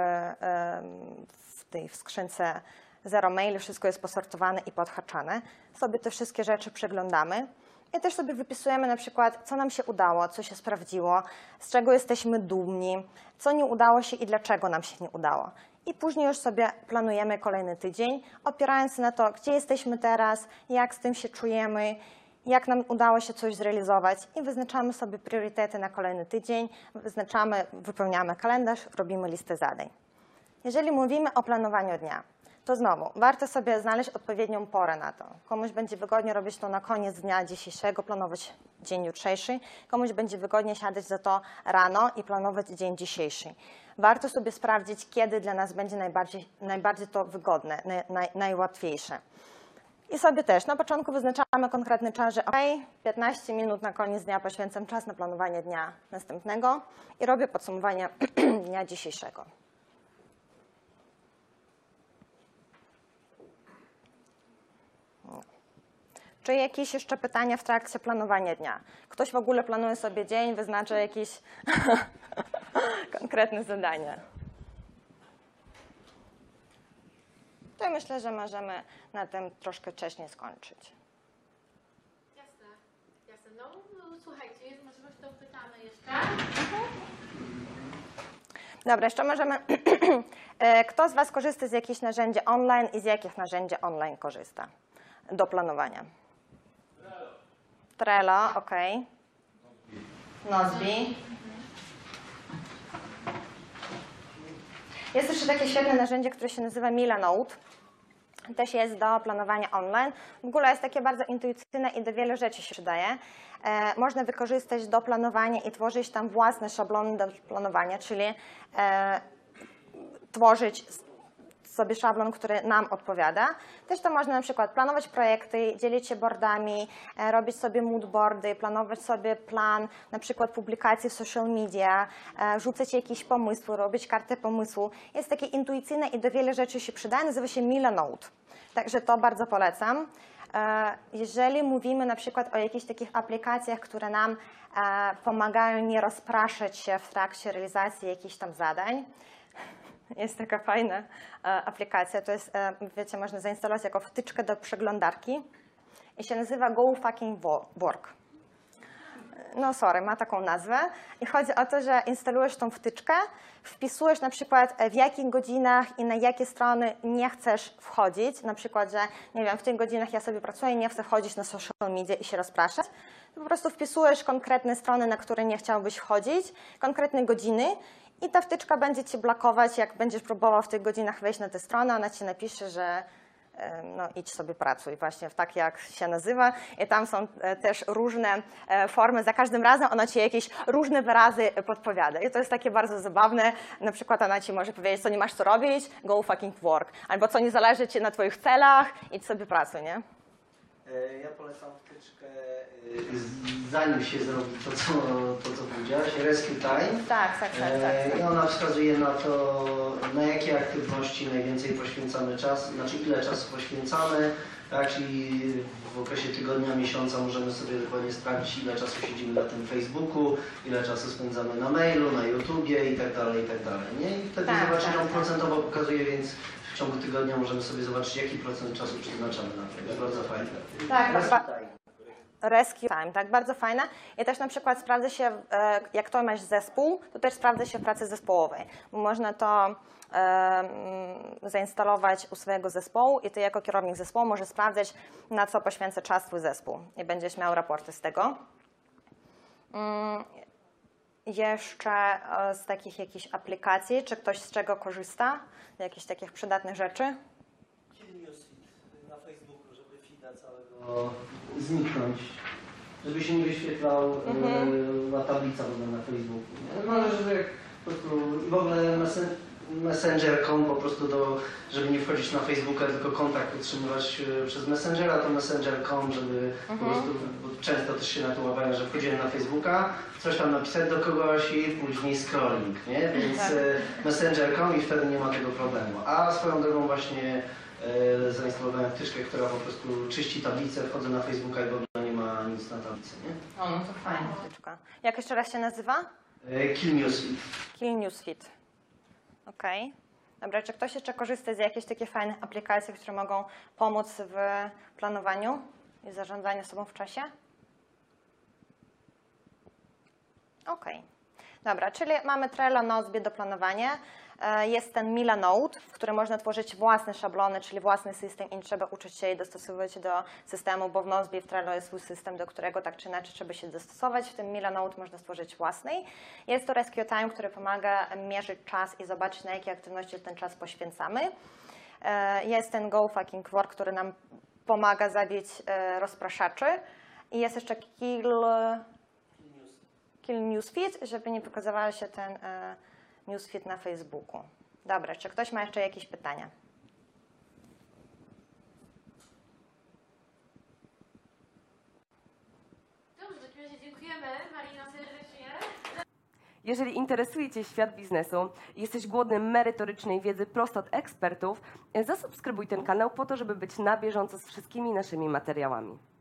w tej skrzynce 0 maili, wszystko jest posortowane i podhaczane. Sobie te wszystkie rzeczy przeglądamy. I też sobie wypisujemy na przykład, co nam się udało, co się sprawdziło, z czego jesteśmy dumni, co nie udało się i dlaczego nam się nie udało. I później już sobie planujemy kolejny tydzień, opierając się na to, gdzie jesteśmy teraz, jak z tym się czujemy, jak nam udało się coś zrealizować i wyznaczamy sobie priorytety na kolejny tydzień, wypełniamy kalendarz, robimy listę zadań. Jeżeli mówimy o planowaniu dnia, to znowu warto sobie znaleźć odpowiednią porę na to. Komuś będzie wygodnie robić to na koniec dnia dzisiejszego, planować dzień jutrzejszy, komuś będzie wygodnie siadać za to rano i planować dzień dzisiejszy. Warto sobie sprawdzić, kiedy dla nas będzie najbardziej to wygodne, najłatwiejsze. I sobie też na początku wyznaczamy konkretny czas, że 15 minut na koniec dnia poświęcam czas na planowanie dnia następnego i robię podsumowanie dnia dzisiejszego. Czy jakieś jeszcze pytania w trakcie planowania dnia? Ktoś w ogóle planuje sobie dzień, wyznacza jakieś konkretne zadanie? To myślę, że możemy na tym troszkę wcześniej skończyć. Jasne, jasne. No słuchajcie, jest możliwość, to pytamy jeszcze. Dobra, jeszcze możemy... Kto z Was korzysta z jakichś narzędzi online i z jakich narzędzi online korzysta do planowania? Trello, ok. Nozbi. Jest jeszcze takie świetne narzędzie, które się nazywa Milanote. Też jest do planowania online. W ogóle jest takie bardzo intuicyjne i do wielu rzeczy się przydaje. Można wykorzystać do planowania i tworzyć tam własne szablony do planowania, czyli tworzyć sobie szablon, który nam odpowiada. Też to można na przykład planować projekty, dzielić się boardami, robić sobie moodboardy, planować sobie plan na przykład publikacji w social media, rzucać jakieś pomysły, robić kartę pomysłu. Jest takie intuicyjne i do wielu rzeczy się przydaje, nazywa się Milanote. Także to bardzo polecam. Jeżeli mówimy na przykład o jakichś takich aplikacjach, które nam pomagają nie rozpraszać się w trakcie realizacji jakichś tam zadań, jest taka fajna aplikacja, to jest, wiecie, można zainstalować jako wtyczkę do przeglądarki i się nazywa Go Fucking Work. No sorry, ma taką nazwę i chodzi o to, że instalujesz tą wtyczkę, wpisujesz na przykład w jakich godzinach i na jakie strony nie chcesz wchodzić, na przykład, że nie wiem, w tych godzinach ja sobie pracuję i nie chcę wchodzić na social media i się rozpraszać, to po prostu wpisujesz konkretne strony, na które nie chciałbyś wchodzić, konkretne godziny i ta wtyczka będzie Ci blokować, jak będziesz próbował w tych godzinach wejść na tę stronę, ona Ci napisze, że no, idź sobie pracuj, właśnie tak jak się nazywa. I tam są też różne formy, za każdym razem ona Ci jakieś różne wyrazy podpowiada. I to jest takie bardzo zabawne. Na przykład ona Ci może powiedzieć, co nie masz co robić, go fucking work. Albo co nie zależy Ci na Twoich celach, idź sobie pracuj, nie? Ja polecam wtyczkę, zanim się zrobi to, co powiedziałaś, Rescue Time. Tak. I ona wskazuje na to, na jakie aktywności najwięcej poświęcamy czas, znaczy ile czasu poświęcamy, tak, czyli w okresie tygodnia, miesiąca możemy sobie dokładnie sprawdzić, ile czasu siedzimy na tym Facebooku, ile czasu spędzamy na mailu, na YouTubie i tak dalej, nie? I wtedy zobaczyć, on procentowo pokazuje, więc w ciągu tygodnia możemy sobie zobaczyć, jaki procent czasu przeznaczamy na to. Jest bardzo fajne. Rescue Time, tak, bardzo fajne. I też na przykład sprawdza się, jak to masz zespół, to też sprawdza się w pracy zespołowej. Bo można to zainstalować u swojego zespołu i ty jako kierownik zespołu możesz sprawdzać, na co poświęca czas twój zespół i będziesz miał raporty z tego. Jeszcze z takich jakichś aplikacji, czy ktoś z czego korzysta? Jakichś takich przydatnych rzeczy? Na Facebooku, żeby feeda całego zniknąć, żeby się nie wyświetlał na tablica na Facebooku. No, żeby po prostu w ogóle Messenger.com po prostu żeby nie wchodzić na Facebooka, tylko kontakt utrzymywać przez Messengera, to Messenger.com, żeby po prostu, bo często też się na to łapają, że wchodziłem na Facebooka, coś tam napisać do kogoś i później scrolling, nie? Więc Messenger.com i wtedy nie ma tego problemu. A swoją drogą właśnie zainstalowałem wtyczkę, która po prostu czyści tablicę, wchodzę na Facebooka i w ogóle nie ma nic na tablicy, nie? O, no to fajna wtyczka. Jak jeszcze raz się nazywa? Kill Newsfeed. Kill Newsfeed. Okej. Dobra, czy ktoś jeszcze korzysta z jakichś takich fajnych aplikacji, które mogą pomóc w planowaniu i zarządzaniu sobą w czasie? Okej. Dobra, czyli mamy Trello, Nozbi do planowania. Jest ten Milanote, w którym można tworzyć własne szablony, czyli własny system i nie trzeba uczyć się i dostosowywać do systemu, bo w Nozbi, w Trello jest swój system, do którego tak czy inaczej trzeba się dostosować. W tym Milanote można stworzyć własny. Jest to Rescue Time, który pomaga mierzyć czas i zobaczyć, na jakie aktywności ten czas poświęcamy. Jest ten Go Fucking Work, który nam pomaga zabić rozpraszaczy. I jest jeszcze Kill Newsfeed, żeby nie pokazywał się ten newsfeed na Facebooku. Dobra, czy ktoś ma jeszcze jakieś pytania? Dobrze, w takim razie dziękujemy Marino serdecznie. Jeżeli interesuje Cię świat biznesu i jesteś głodny merytorycznej wiedzy prosto od ekspertów, zasubskrybuj ten kanał po to, żeby być na bieżąco z wszystkimi naszymi materiałami.